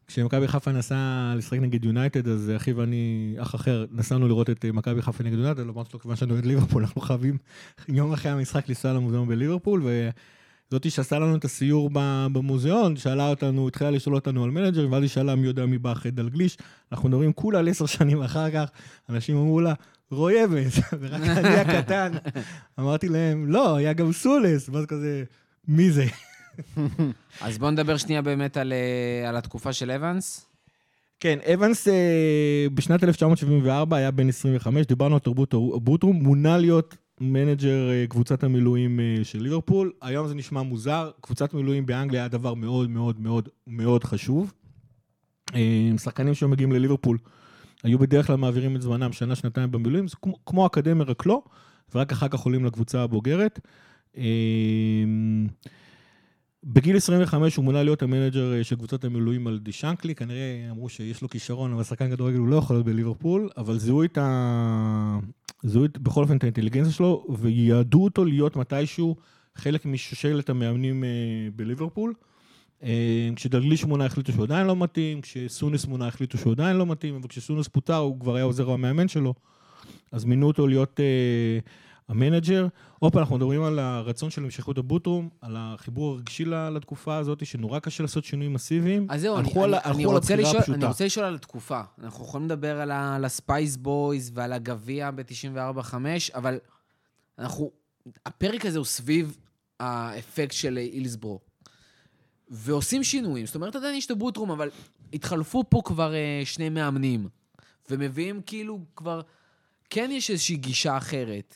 כשמכבי חיפה נסע לשחק נגד יונייטד, אז אחיו ואני, אח אחר, נסענו לראות את מכבי חיפה נגד יונייטד, לא אמרתי לו, כיוון שאני אוהד ליברפול, אנחנו חייבים יום אחרי המשחק לנסוע למוזיאון בליברפול, וזאתי שעשה לנו את הסיור במוזיאון, שאלה אותנו, התחילה לשאול אותנו על מנג'ר, ואז היא שאלה מי יודע מי בא אחרי דלגליש, אנחנו מדברים כולה על עשר שנים אחר כך, אנשים אמרו לה, רוי אבנס, ורק אני הקטן, אמרתי להם, לא, היה גם סולס, ואז כזה, מי זה? אז בואו נדבר שנייה באמת על, על התקופה של אבנס. כן, אבנס בשנת אלף תשע מאות שבעים וארבע היה בן עשרים וחמש, דיברנו על תרבות בוטרום, מונה להיות מנג'ר קבוצת המילואים של ליברפול. היום זה נשמע מוזר, קבוצת מילואים באנגליה היה דבר מאוד מאוד מאוד מאוד חשוב. שחקנים שמגיעים לליברפול היו בדרך כלל מעבירים את זמנם שנה, שנתיים במילואים, זה כמו, כמו אקדמיה רק לא, ורק אחר כך עולים לקבוצה הבוגרת. בגיל עשרים וחמש הוא מונה להיות המנג'ר של קבוצת המילואים על די שנקלי, כנראה אמרו שיש לו כישרון, אבל שחקן כדורגל הוא לא יכול להיות בליברפול, אבל זהו את ה... זהו את, בכל אופן את האינטליגנציה שלו, ויעדו אותו להיות מתישהו חלק משושלת המאמנים בליברפול. כשדלגליש מונה החליטו שהוא עדיין לא מתאים, כשסונס מונה החליטו שהוא עדיין לא מתאים, אבל כשסונס פוטר הוא כבר היה עוזר המאמן שלו, אז מינו אותו להיות המנג'ר. אופה, אנחנו מדברים על הרצון של המשכות הבוטרום, על החיבור הרגשי לתקופה הזאת, שנורא קשה לעשות שינויים מסיביים. אז זהו, אני, אני, אני, רוצה לשאול, אני רוצה לשאול על התקופה. אנחנו יכולים לדבר על, ה, על הספייס בויז ועל הגביע ב-תשעים וארבע חמש, אבל אנחנו, הפרק הזה הוא סביב האפקט של אילסברו. ועושים שינויים. זאת אומרת, עדיין יש את הבוטרום, אבל התחלפו פה כבר uh, שני מאמנים, ומביאים כאילו כבר, כן יש איזושהי גישה אחרת.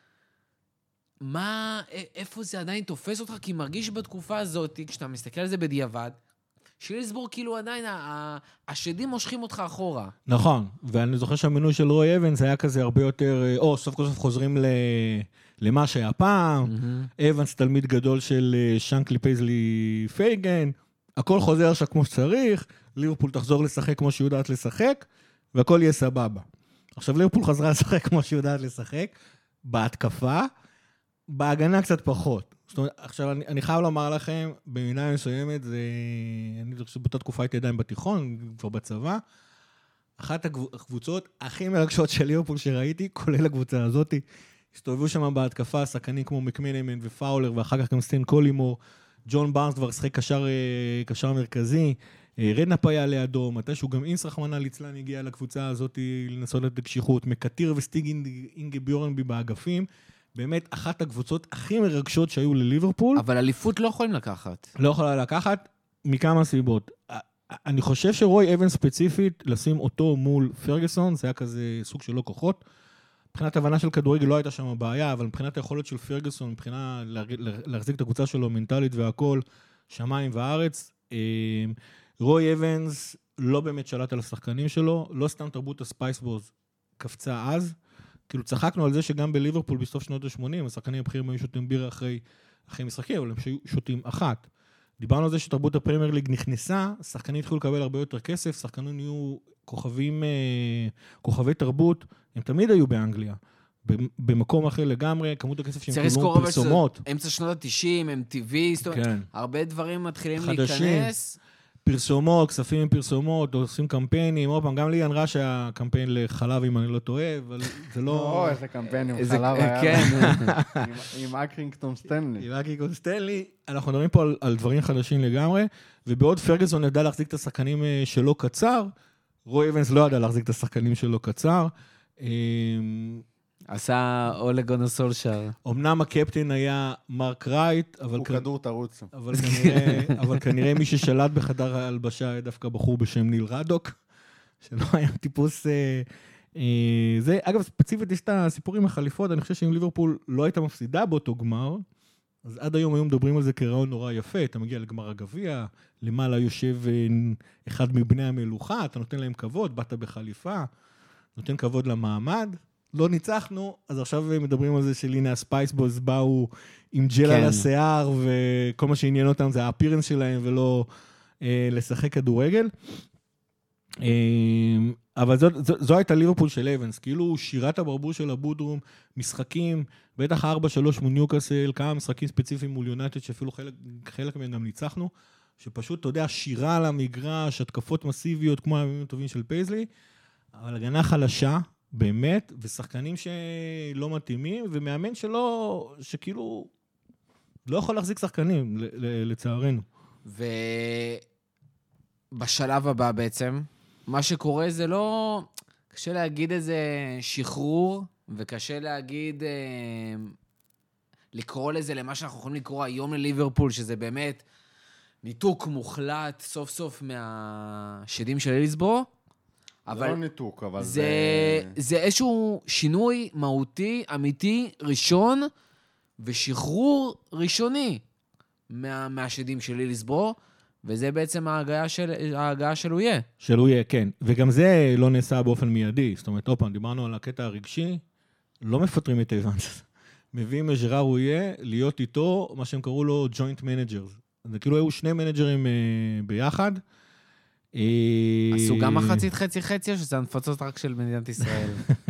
מה, איפה זה עדיין תופס אותך? כי מרגיש בתקופה הזאת, כשאתה מסתכל על זה בדיעבד, שאילסבורג כאילו עדיין, השדים מושכים אותך אחורה. נכון, ואני זוכר שהמינוי של רוי אבנס היה כזה הרבה יותר, או סוף כל סוף חוזרים למה שהיה פעם, אבנס תלמיד גדול של שנקלי פייזלי פייגן, הכל חוזר עכשיו כמו שצריך, ליברפול תחזור לשחק כמו שהיא יודעת לשחק, והכל יהיה סבבה. עכשיו ליברפול חזרה לשחק כמו שהיא יודעת לשחק, בהתקפה, בהגנה קצת פחות. זאת אומרת, עכשיו, אני, אני חייב לומר לכם, במינה מסוימת, זה, אני חושב שבאותה תקופה הייתי עדיין בתיכון, כבר בצבא, אחת הקבוצות הכי מרגשות של ליברפול שראיתי, כולל הקבוצה הזאת, הסתובבו שם בהתקפה, שחקנים כמו מקמנמן ופאולר, ואחר כך גם סטן קולימור, ג'ון בארנס כבר שחק קשר, קשר מרכזי, רדנאפ היה לידו, מתישהו גם אינס רחמנא ליצלן הגיע לקבוצה הזאת לנסות את הקשיחות, מקטיר וסטיג אינגה ביורנבי באגפים, באמת אחת הקבוצות הכי מרגשות שהיו לליברפול. אבל אליפות לא יכולים לקחת. לא יכולה לקחת, מכמה סיבות. אני חושב שרוי אבן ספציפית, לשים אותו מול פרגוסון, זה היה כזה סוג של לא כוחות. מבחינת הבנה של כדורגל לא הייתה שם הבעיה, אבל מבחינת היכולת של פרגוסון, מבחינה להחזיק את הקבוצה שלו מנטלית והכל, שמיים וארץ, רוי אבנס לא באמת שלט על השחקנים שלו, לא סתם תרבות הספייסבורס קפצה אז, כאילו צחקנו על זה שגם בליברפול בסוף שנות ה-שמונים, השחקנים הבכירים היו שותים בירה אחרי, אחרי משחקים, אבל הם שהיו שותים אחת. דיברנו על זה שתרבות הפרמייר ליג נכנסה, שחקנים התחילו לקבל הרבה יותר כסף, שחקנים נהיו כוכבים, כוכבי תרבות, הם תמיד היו באנגליה. במקום אחר לגמרי, כמות הכסף שהם קוראים פרסומות. אמצע שנות ה-תשעים, אם טי וי, כן. הרבה דברים מתחילים חדשים. להיכנס. פרסומות, כספים עם פרסומות, עושים קמפיינים, עוד פעם, גם לי אנרה שהיה קמפיין לחלב, אם אני לא טועה, אבל זה לא... או, איזה קמפיין עם חלב היה. כן. עם אקרינגטון סטנלי. עם אקרינגטון סטנלי, אנחנו מדברים פה על, על דברים חדשים לגמרי, ובעוד פרגוסון ידע להחזיק את השחקנים שלו קצר, רוי אבנס לא ידע להחזיק את השחקנים שלו קצר. עשה אולגון סולשר. אמנם הקפטן היה מרק רייט, אבל... הוא כדור תרוץ. אבל כנראה, אבל כנראה מי ששלט בחדר ההלבשה היה דווקא בחור בשם ניל רדוק, שלא היה טיפוס... אה, אה, זה, אגב, ספציפית יש את הסיפורים החליפות, אני חושב שאם ליברפול לא הייתה מפסידה באותו גמר, אז עד היום היום מדברים על זה כרעיון נורא יפה, אתה מגיע לגמר הגביע, למעלה יושב אחד מבני המלוכה, אתה נותן להם כבוד, באת בחליפה, נותן כבוד למעמד, לא ניצחנו, אז עכשיו מדברים על זה של הנה הספייסבוס באו עם ג'ל על השיער, וכל מה שעניין אותם זה האפירנס שלהם, ולא אה, לשחק כדורגל. אה, אבל זו, זו, זו הייתה ליברפול של אבנס, כאילו שירת הברבור של הבודרום, משחקים, בטח ארבע שלוש מול ניוקאסל, כמה משחקים ספציפיים מול יונייטד, שאפילו חלק, חלק מהם גם ניצחנו, שפשוט, אתה יודע, שירה על המגרש, התקפות מסיביות, כמו הימים הטובים של פייזלי, אבל הגנה חלשה, באמת, ושחקנים שלא מתאימים, ומאמן שלא, שכאילו, לא יכול להחזיק שחקנים, לצערנו. ובשלב הבא בעצם, מה שקורה זה לא, קשה להגיד איזה שחרור, וקשה להגיד, לקרוא לזה למה שאנחנו יכולים לקרוא היום לליברפול, שזה באמת ניתוק מוחלט סוף סוף מהשדים של היליסבורו, זה לא ניתוק, אבל זה... זה... זה איזשהו שינוי מהותי, אמיתי, ראשון, ושחרור ראשוני מה... מהשדים של היליסבורו, וזה בעצם ההגעה של, ההגעה של אויה. של אויה, כן. וגם זה לא נעשה באופן מיידי. זאת אומרת, אופן, דיברנו על הקטע הרגשי, לא מפטרים את איוונס. מביאים את ז'ראר אויה להיות איתו, מה שהם קראו לו joint managers. זה כאילו היו שני מנג'רים אה, ביחד. עשו גם מחצית חצי חצי, או שזה הנפצות רק של מדינת ישראל?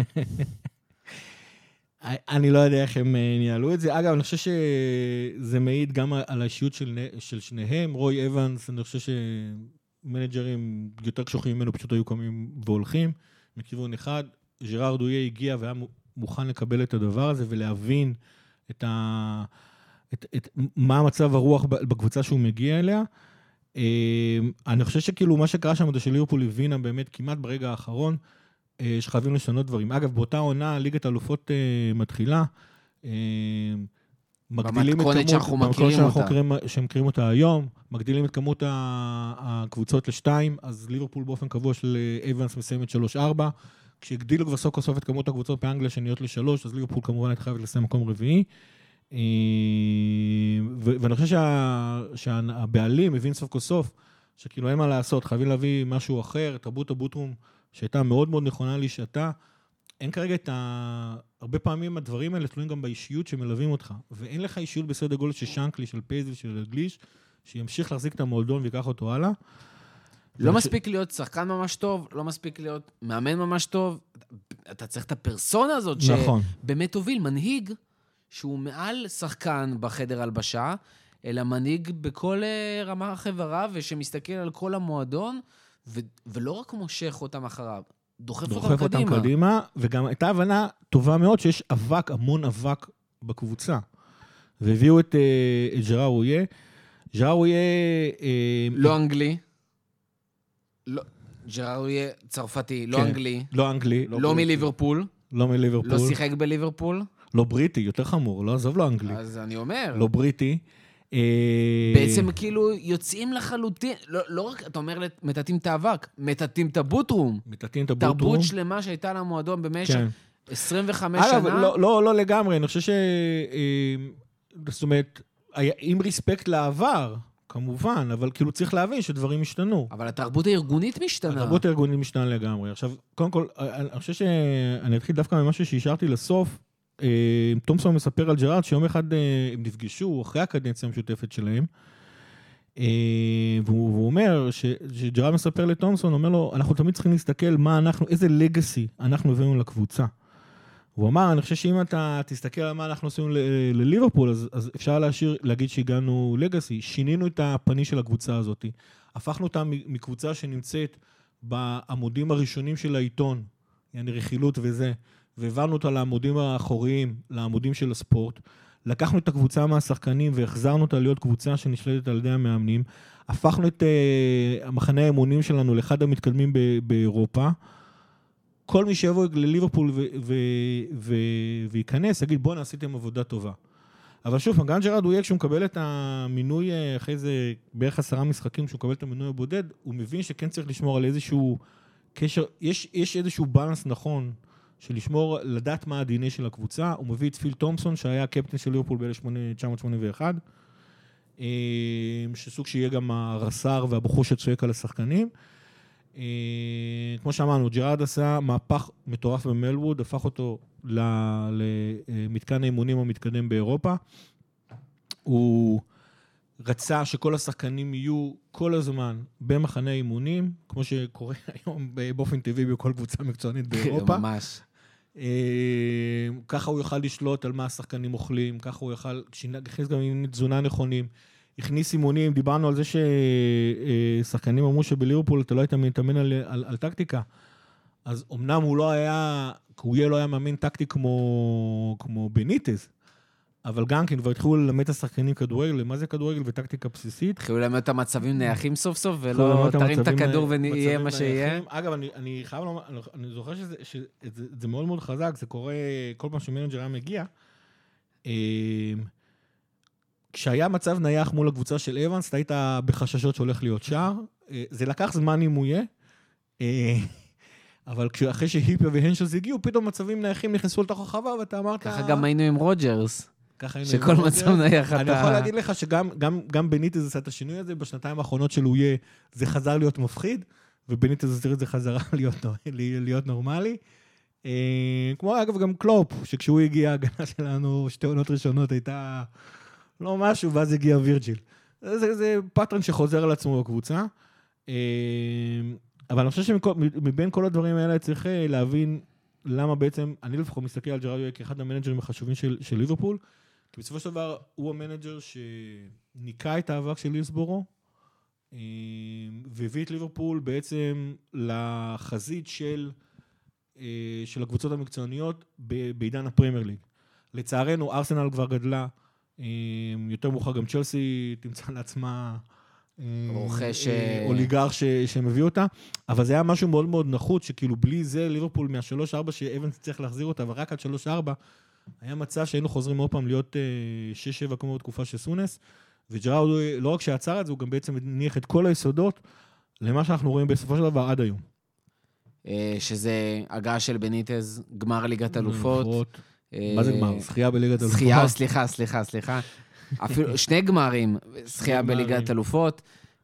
אני לא יודע איך הם ניהלו את זה. אגב, אני חושב שזה מעיד גם על האישיות של, של שניהם. רוי אבנס, אני חושב שמנג'רים יותר קשוחים ממנו פשוט היו קמים והולכים. מכיוון אחד, ז'ראר אויה הגיע והיה מוכן לקבל את הדבר הזה ולהבין את ה... את, את, מה המצב הרוח בקבוצה שהוא מגיע אליה. אני חושב שכאילו מה שקרה שם, של ליברפול הבינה באמת כמעט ברגע האחרון, שחייבים לשנות דברים. אגב, באותה עונה, ליגת האלופות מתחילה, במתכונת שאנחנו מכירים אותה. שמכירים אותה היום, מגדילים את כמות הקבוצות לשתיים, אז ליברפול באופן קבוע של אייבנס מסיימת שלוש ארבע, כשהגדילו כבר סוף סוף את כמות הקבוצות באנגליה שנהיות לשלוש, אז ליברפול כמובן הייתה חייבת לסיים מקום רביעי, ואני חושב שהבעלים הבין סוף כל סוף, שכאילו אין מה לעשות, חייבים להביא משהו אחר, תרבות הבוטרום, שהייתה מאוד מאוד נכונה להשעתה, אין כרגע את ה... הרבה פעמים הדברים האלה תלויים גם באישיות שמלווים אותך, ואין לך אישיות בסדר גודל של שנקלי, של פייזל, של גליש, שימשיך להחזיק את המולדון ויקח אותו הלאה. לא מספיק להיות שחקן ממש טוב, לא מספיק להיות מאמן ממש טוב, אתה צריך את הפרסונה הזאת, שבאמת תוביל, מנהיג, שהוא מעל שחקן בחדר הלבשה, אלא מנהיג בכל רמה חברה, ושמסתכל על כל המועדון, ו- ולא רק מושך אותם אחריו, דוחף, דוחף אותם, אותם קדימה. קדימה. וגם הייתה הבנה טובה מאוד, שיש אבק, המון אבק בקבוצה. והביאו את, את ז'ראר אויה. ז'ראר אויה... לא אנגלי. לא, ז'ראר אויה צרפתי, לא כן, אנגלי. לא אנגלי. לא, לא מליברפול. לא מליברפול. לא שיחק בליברפול. לא בריטי, יותר חמור, לא עזוב לא אנגלי. אז אני אומר. לא בריטי. בעצם כאילו יוצאים לחלוטין, לא, לא רק, אתה אומר, מטאטים את האבק, מטאטים את הבוטרום. מטאטים את הבוטרום. תרבות שלמה שהייתה למועדון במשך כן. עשרים וחמש אגב, שנה. לא, לא, לא לגמרי, אני חושב ש... זאת אומרת, עם ריספקט לעבר, כמובן, אבל כאילו צריך להבין שדברים השתנו. אבל התרבות הארגונית משתנה. התרבות הארגונית משתנה לגמרי. עכשיו, קודם כל, אני חושב שאני אתחיל דווקא ממשהו שהשארתי לסוף, תומסון מספר על ג'רארד שיום אחד הם נפגשו אחרי הקדנציה המשותפת שלהם, והוא אומר שג'רארד מספר לתומסון, אומר לו, אנחנו תמיד צריכים להסתכל מה אנחנו, איזה לגאסי אנחנו הבאנו לקבוצה. הוא אמר, אני חושב שאם אתה תסתכל על מה אנחנו עשינו לליברפול, אז, אז אפשר להשאיר, להגיד שהגענו לגאסי, שינינו את הפני של הקבוצה הזאת, הפכנו אותה מקבוצה שנמצאת בעמודים הראשונים של העיתון, יעני רכילות וזה, והבאנו אותה לעמודים האחוריים, לעמודים של הספורט, לקחנו את הקבוצה מהשחקנים והחזרנו אותה להיות קבוצה שנשלטת על ידי המאמנים, הפכנו את uh, המחנה האמונים שלנו לאחד המתקדמים ב- באירופה, כל מי שיבוא לליברפול ו- ו- ו- וייכנס, יגיד בוא נעשיתם עבודה טובה. אבל שוב, גם ג'רארד אויה, כשהוא מקבל את המינוי, אחרי זה בערך עשרה משחקים, כשהוא מקבל את המינוי הבודד, הוא מבין שכן צריך לשמור על איזשהו קשר, יש, יש איזשהו בלנס נכון, של לשמור, לדעת מה הדיני של הקבוצה. הוא מביא את פיל תומפסון, שהיה הקפטן של ליברפול ב-אלף תשע מאות שמונים ואחת, שסוג שיהיה גם הרס"ר והבחור שצועק על השחקנים. כמו שאמרנו, ג'רארד עשה מהפך מטורף במלווד, הפך אותו למתקן האימונים המתקדם באירופה. הוא רצה שכל השחקנים יהיו כל הזמן במחנה אימונים, כמו שקורה היום באופן טבעי בכל קבוצה מקצוענית באירופה. ממש. ככה הוא יוכל לשלוט על מה השחקנים אוכלים, ככה הוא יוכל, הכניס גם עם תזונה נכונים, הכניס אימונים, דיברנו על זה ששחקנים אמרו שבליברפול אתה לא היית מתאמן על, על, על טקטיקה, אז אמנם הוא לא היה, קרויה לא היה מאמן טקטי כמו, כמו בניטז, אבל גם כן, כבר התחילו ללמד את השחקנים כדורגל, מה זה כדורגל וטקטיקה בסיסית. התחילו ללמד את המצבים נייחים סוף סוף, ולא תרים את הכדור ויהיה מה שיהיה. אגב, אני, אני חייב לומר, אני זוכר שזה, שזה, זה מאוד מאוד חזק, זה קורה כל פעם שמנג'ר היה מגיע. כשהיה מצב נייח מול הקבוצה של אבנס, אתה היית בחששות שהולך להיות שער. זה לקח זמן אם הוא יהיה. אבל אחרי שהיפיה והנשלס הגיעו, פתאום מצבים נייחים נכנסו לתוך הרחבה, ואתה אמרת... ככה גם היינו עם רוג'רס. שכל מצב נייח אתה... אני יכול להגיד לך שגם גם בניטז עשה את השינוי הזה, בשנתיים האחרונות שלו יהיה, זה חזר להיות מפחיד, ובניטז זה חזרה להיות נורמלי. כמו אגב גם קלופ, שכשהוא הגיע, ההגנה שלנו, שתי עונות ראשונות הייתה לא משהו, ואז הגיע וירג'יל. זה פטרן שחוזר על עצמו בקבוצה. אבל אני חושב שמבין כל הדברים האלה צריך להבין למה בעצם, אני לפחות מסתכל על ג'רארד כאחד המנג'רים החשובים של, של ליברפול, כי בסופו של דבר הוא המנג'ר שניקה את האבק של ליסבורו, והביא את ליברפול בעצם לחזית של, של הקבוצות המקצועניות בעידן הפרמייר ליג. לצערנו, ארסנל כבר גדלה, יותר מאוחר גם צ'לסי תמצא לעצמה רוכש אוליגר שמביא אותה, אבל זה היה משהו מאוד מאוד נחות, שכאילו בלי זה ליברפול מה-שלוש ארבע שאבנס צריך להחזיר אותה, ורק עד שלוש ארבע היה מצב שהיינו חוזרים עוד פעם להיות שש שבע כמו בתקופה של סונס, וג'רארד לא רק שעצר את זה, הוא גם בעצם הניח את כל היסודות למה שאנחנו רואים בסופו של דבר עד היום. שזה הגעה של בניטז, גמר ליגת אלופות. מה זה גמר? זכייה בליגת אלופות. זכייה, סליחה, סליחה, סליחה. אפילו שני גמרים, זכייה בליגת אלופות,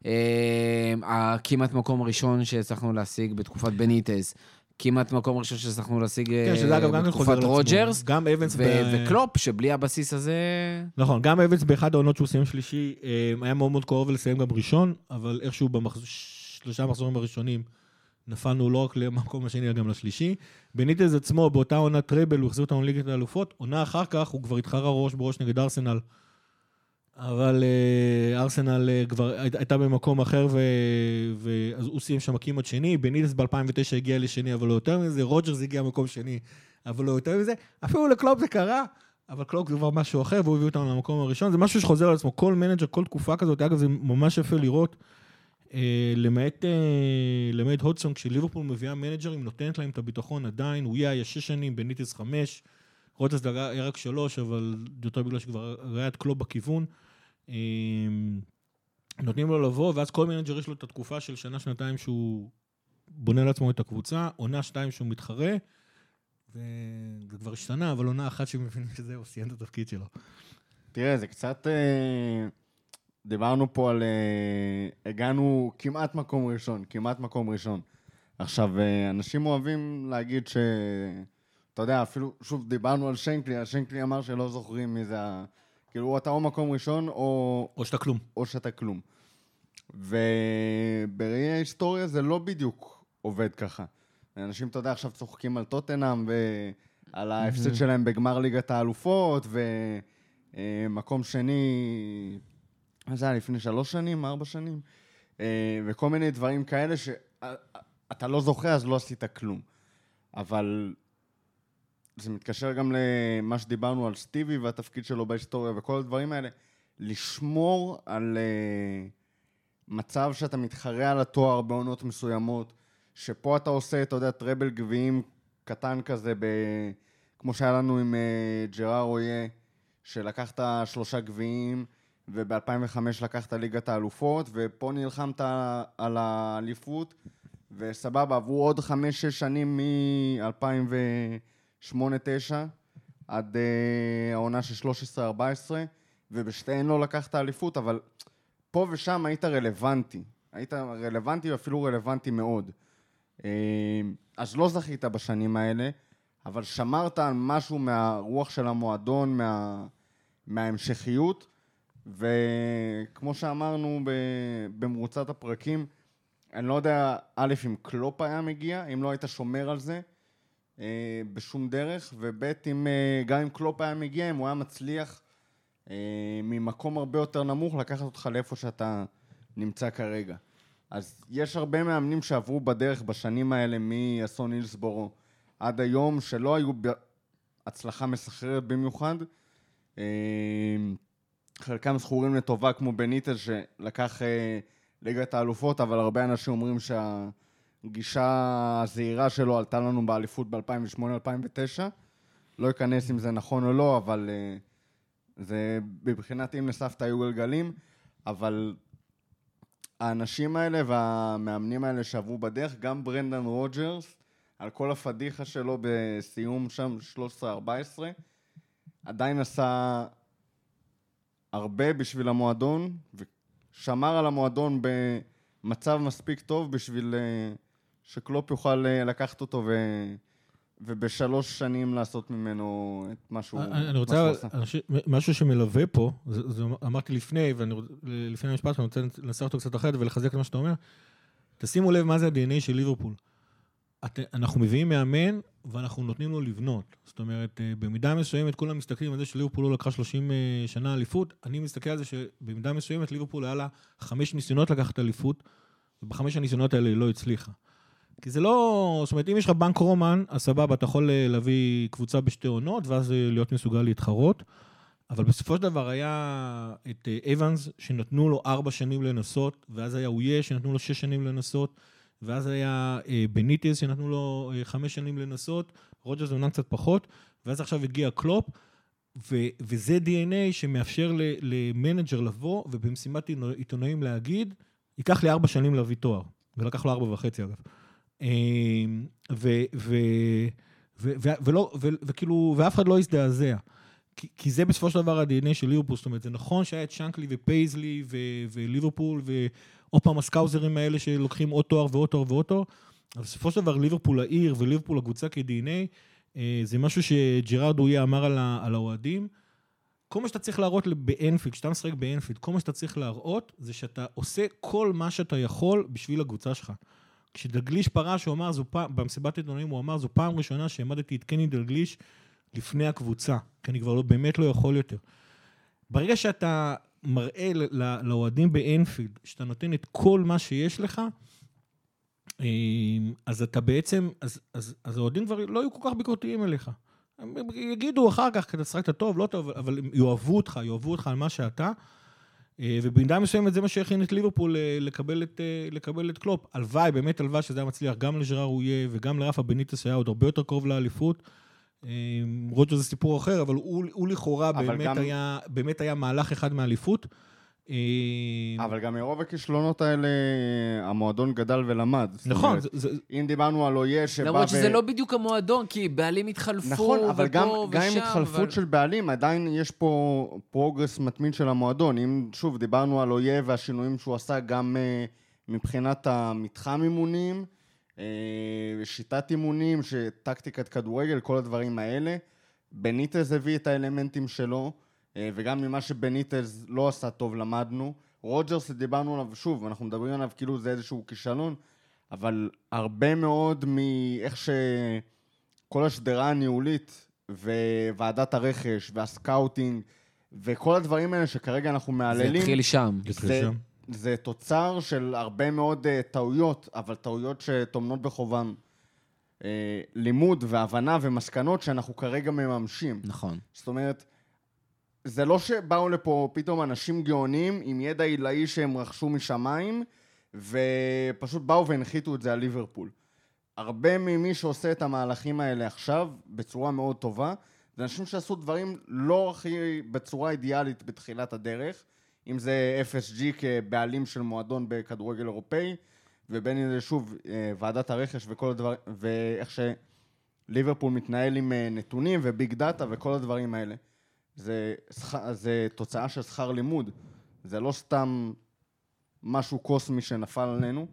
כמעט מקום ראשון שהצלחנו להשיג בתקופת בניטז, כמעט מקום ראשון שהצלחנו להשיג בתקופת רוג'רס, וקלופ, שבלי הבסיס הזה... נכון, גם אבנס באחד העונות שהוא סיים שלישי, היה מאוד מאוד קרוב לסיים גם ראשון, אבל איכשהו בשלושה מחזורים הראשונים, נפלנו לא רק למקום השני, אלא גם לשלישי. בניטז עצמו, באותה עונת טראבל, הוא החזיר אותנו ליגת האלופות, עונה אחר כך, הוא כבר התחרה ראש בראש נגד ארסנל, אבל ארסנל כבר הייתה במקום אחר, ואז הוא סיים שם כמעט שני, בניטז ב-אלפיים ותשע הגיע לשני, אבל לא יותר מזה, רוג'רס הגיע במקום שני, אבל לא יותר מזה, אפילו לקלופ זה קרה, אבל קלופ זה כבר משהו אחר, והוא הביא אותנו למקום הראשון, זה משהו שחוזר על עצמו, כל מנג'ר, כל תקופה כזאת, אגב זה ממש יפה לראות, למעט, למעט הודסון, כשליברפול מביאה מנג'רים, נותנת להם את הביטחון עדיין, הוא יהיה שש שנים, בניטז חמש, רוטס היה רק שלוש, אבל יותר בגלל שכבר ראה את קלופ בכיוון, נותנים לו לבוא, ואז כל מנג'ר יש לו את התקופה של שנה, שנתיים שהוא בונה לעצמו את הקבוצה, עונה שתיים שהוא מתחרה, וזה כבר השתנה, אבל עונה אחת שמבינים שזה, הוא סיים את התפקיד שלו. תראה, זה קצת... דיברנו פה על... הגענו כמעט מקום ראשון, כמעט מקום ראשון. עכשיו, אנשים אוהבים להגיד ש... אתה יודע, אפילו, שוב, דיברנו על שנקלי, השנקלי אמר שלא זוכרים מי זה ה... כאילו, אתה או מקום ראשון, או... או שאתה כלום. או שאתה כלום. ובראי ההיסטוריה זה לא בדיוק עובד ככה. אנשים, אתה יודע, עכשיו צוחקים על טוטנהאם, ועל ההפסד שלהם בגמר ליגת האלופות, ומקום שני... זה היה לפני שלוש שנים, ארבע שנים, וכל מיני דברים כאלה שאתה לא זוכר, אז לא עשית כלום. אבל זה מתקשר גם למה שדיברנו על סטיבי והתפקיד שלו בהיסטוריה וכל הדברים האלה, לשמור על מצב שאתה מתחרה על התואר בעונות מסוימות, שפה אתה עושה, אתה יודע, טראבל גביעים קטן כזה, כמו שהיה לנו עם ג'רארד רויה, שלקחת שלושה גביעים, וב-אלפיים וחמש לקחת ליגת האלופות, ופה נלחמת על האליפות, וסבבה, עברו עוד חמש, שש שנים מ-אלפיים ושמונה תשע, עד uh, העונה של שלוש עשרה ארבע עשרה, ובשתיהן לא לקחת האליפות, אבל פה ושם היית רלוונטי. היית רלוונטי ואפילו רלוונטי מאוד. Uh, אז לא זכית בשנים האלה, אבל שמרת על משהו מהרוח של המועדון, מה, מההמשכיות, וכמו שאמרנו במרוצת הפרקים, אני לא יודע, א', אם קלופ היה מגיע, אם לא היית שומר על זה בשום דרך, וב', אם, גם אם קלופ היה מגיע, אם הוא היה מצליח ממקום הרבה יותר נמוך, לקחת אותך לאיפה שאתה נמצא כרגע. אז יש הרבה מאמנים שעברו בדרך בשנים האלה, מאסון הילסבורו עד היום, שלא היו בהצלחה מסחררת במיוחד. חלקם זכורים לטובה, כמו בניטז, שלקח ליגת האלופות, אבל הרבה אנשים אומרים שהגישה הזהירה שלו עלתה לנו באליפות ב-אלפיים ושמונה אלפיים ותשע. לא אכנס אם זה נכון או לא, אבל זה בבחינת אם לסבתא היו גלגלים, אבל האנשים האלה והמאמנים האלה שעברו בדרך, גם ברנדן רוג'רס, על כל הפדיחה שלו בסיום שם שלוש עשרה ארבע עשרה, עדיין עשה הרבה בשביל המועדון, ושמר על המועדון במצב מספיק טוב בשביל שקלופ יוכל לקחת אותו ו... ובשלוש שנים לעשות ממנו את משהו... אני רוצה, משהו שמלווה פה, זה אמרתי לפני, ולפני המשפט, אני רוצה לנסח אותו קצת אחרת ולחזק את מה שאתה אומר. תשימו לב מה זה ה-די אן איי של ליברפול. אנחנו מביאים מאמן, ואנחנו נותנים לו לבנות. זאת אומרת, במידה מסוימת, כולם מסתכלים על זה שליברפול לא לקחה שלושים שנה אליפות. אני מסתכל על זה שבמידה מסוימת, ליברפול היה לה חמש ניסיונות לקחת אליפות, ובחמש הניסיונות האלה היא לא הצליחה. כי זה לא, זאת אומרת, אם יש לך בנק רומן, אז סבבה, אתה יכול להביא קבוצה בשתי עונות, ואז להיות מסוגל להתחרות, אבל בסופו של דבר היה את אבנס, שנתנו לו ארבע שנים לנסות, ואז היה אויה, שנתנו לו שש שנים לנסות, ואז היה בניטיס, שנתנו לו חמש שנים לנסות, רוג'רס זה עונה קצת פחות, ואז עכשיו הגיע קלופ, ו- וזה די אן איי שמאפשר למנג'ר לבוא, ובמשימת עיתונאים להגיד, ייקח לי ארבע שנים להביא תואר, ולקח לו ארבע וחצי אגב. וכאילו, ואף אחד לא יזדעזע. כי זה בסופו של דבר ה-די אן איי של ליברפול, זאת אומרת, זה נכון שהיה את שנקלי ופייזלי וליברפול, ועוד פעם הסקאוזרים האלה שלוקחים עוד תואר ועוד תואר ועוד תואר, אבל בסופו של דבר ליברפול העיר וליברפול הקבוצה כ-די אן איי, זה משהו שג'רארד אויה אמר על האוהדים, כל מה שאתה צריך להראות באנפילד, כשאתה משחק באנפילד, כל מה שאתה צריך להראות, זה שאתה עושה כל מה שאתה יכול בשביל הקבוצה שלך. כשדגליש פרש, הוא אמר, במסיבת עיתונאים הוא אמר, זו פעם ראשונה שהעמדתי את קני דגליש לפני הקבוצה, כי אני כבר לא, באמת לא יכול יותר. ברגע שאתה מראה לאוהדים באנפילד, שאתה נותן את כל מה שיש לך, אז אתה בעצם, אז, אז, אז האוהדים כבר לא יהיו כל כך ביקורתיים אליך. הם יגידו אחר כך, כי אתה שחקת טוב, לא טוב, אבל הם יאהבו אותך, יאהבו אותך על מה שאתה, ובמידה מסוימת זה מה שהכין את ליברפול לקבל את, לקבל את קלופ. הלוואי, באמת הלוואי שזה היה מצליח גם לג'רארד אויה וגם לרפה בניטס היה עוד הרבה יותר קרוב לאליפות. רוג'רס זה סיפור אחר, אבל הוא, הוא לכאורה באמת, גם... היה, באמת היה מהלך אחד מהאליפות. אבל גם מרוב הכישלונות האלה, המועדון גדל ולמד. נכון. זה, זה... אם דיברנו על אויה שבא... למרות שזה ו... לא בדיוק המועדון, כי בעלים התחלפו נכון, אבל גם, ופה גם ושם. עם התחלפות אבל... של בעלים, עדיין יש פה פרוגרס מתמיד של המועדון. אם שוב דיברנו על אויה והשינויים שהוא עשה גם uh, מבחינת המתחם אימונים, uh, שיטת אימונים, טקטיקת כדורגל, כל הדברים האלה. בניטז הביא את האלמנטים שלו, וגם ממה שבניטז לא עשה טוב למדנו. רוג'רס דיברנו עליו, שוב, אנחנו מדברים עליו כאילו זה איזשהו כישלון, אבל הרבה מאוד מאיך שכל השדרה הניהולית וועדת הרכש והסקאוטינג וכל הדברים האלה שכרגע אנחנו מעללים, זה התחיל שם. זה, זה תוצר של הרבה מאוד uh, טעויות, אבל טעויות שתומנות בחובן uh, לימוד והבנה ומסקנות שאנחנו כרגע מממשים. נכון. זאת אומרת, זה לא שבאו לפה פתאום אנשים גאונים עם ידע עילאי שהם רכשו משמיים, ופשוט באו והנחיתו את זה על ליברפול. הרבה ממי שעושה את המהלכים האלה עכשיו, בצורה מאוד טובה, זה אנשים שעשו דברים לא הכי בצורה אידיאלית בתחילת הדרך, אם זה אף אס ג'י כבעלים של מועדון בכדורגל אירופאי, ובין אם זה שוב ועדת הרכש וכל הדברים, ואיך שליברפול מתנהל עם נתונים וביג דאטה וכל הדברים האלה. זה, זה תוצאה של שכר לימוד, זה לא סתם משהו קוסמי שנפל עלינו,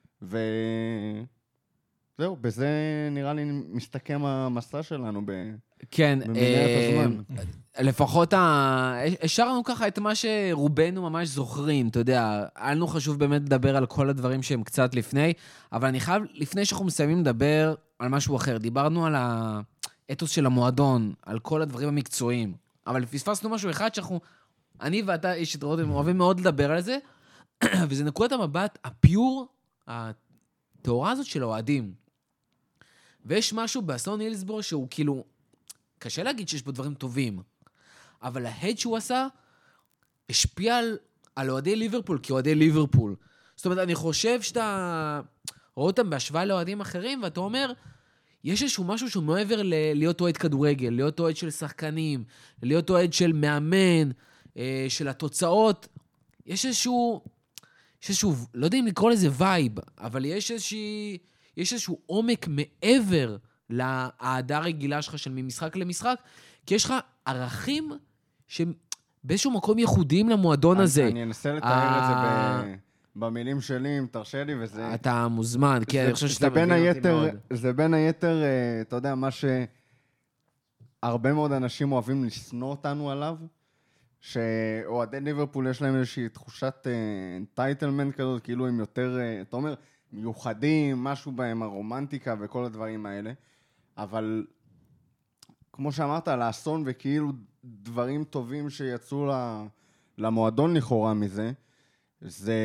וזהו, בזה נראה לי מסתכם המסע שלנו כן, במנהרת הזמן. לפחות השארנו ככה את מה שרובנו ממש זוכרים, אתה יודע, עלינו חשוב באמת לדבר על כל הדברים שהם קצת לפני, אבל אני חייב, לפני שאנחנו מסיימים לדבר על משהו אחר, דיברנו על האתוס של המועדון, על כל הדברים המקצועיים, אבל פספסנו משהו אחד שאנחנו אני ואתה, איש את רותם, אוהבים מאוד לדבר על זה, וזה נקודת המבט, הפיור, התאורה הזאת של האוהדים. ויש משהו באסון הילסבורו שהוא כאילו, קשה להגיד שיש בו דברים טובים, אבל ההד שהוא עשה, השפיע על, על אוהדי ליברפול, כאוהדי ליברפול. זאת אומרת, אני חושב שאתה רואה אותם בהשוואה לאוהדים אחרים, ואתה אומר, יש איזשהו משהו שהוא מעבר ל- להיות אוהד כדורגל, להיות אוהד של שחקנים, להיות אוהד של מאמן, אה, של התוצאות. יש איזשהו, יש איזשהו, לא יודע אם לקרוא לזה וייב, אבל יש איזושהי, יש איזשהו עומק מעבר לאהדה הרגילה שלך של ממשחק למשחק, כי יש לך ערכים שהם באיזשהו מקום ייחודיים למועדון אני, הזה. אני אנסה לתאר את זה ב... במילים שלי, אם תרשה לי, וזה... אתה מוזמן, כי אני חושב שאתה מבין אותי מאוד. זה בין היתר, אתה יודע, מה שהרבה מאוד אנשים אוהבים לשנוא אותנו עליו, שאוהדי ליברפול יש להם איזושהי תחושת טייטלמנט כזאת, כאילו הם יותר, אתה אומר, מיוחדים, משהו בהם, הרומנטיקה וכל הדברים האלה, אבל כמו שאמרת, על האסון וכאילו דברים טובים שיצאו למועדון לכאורה מזה, זה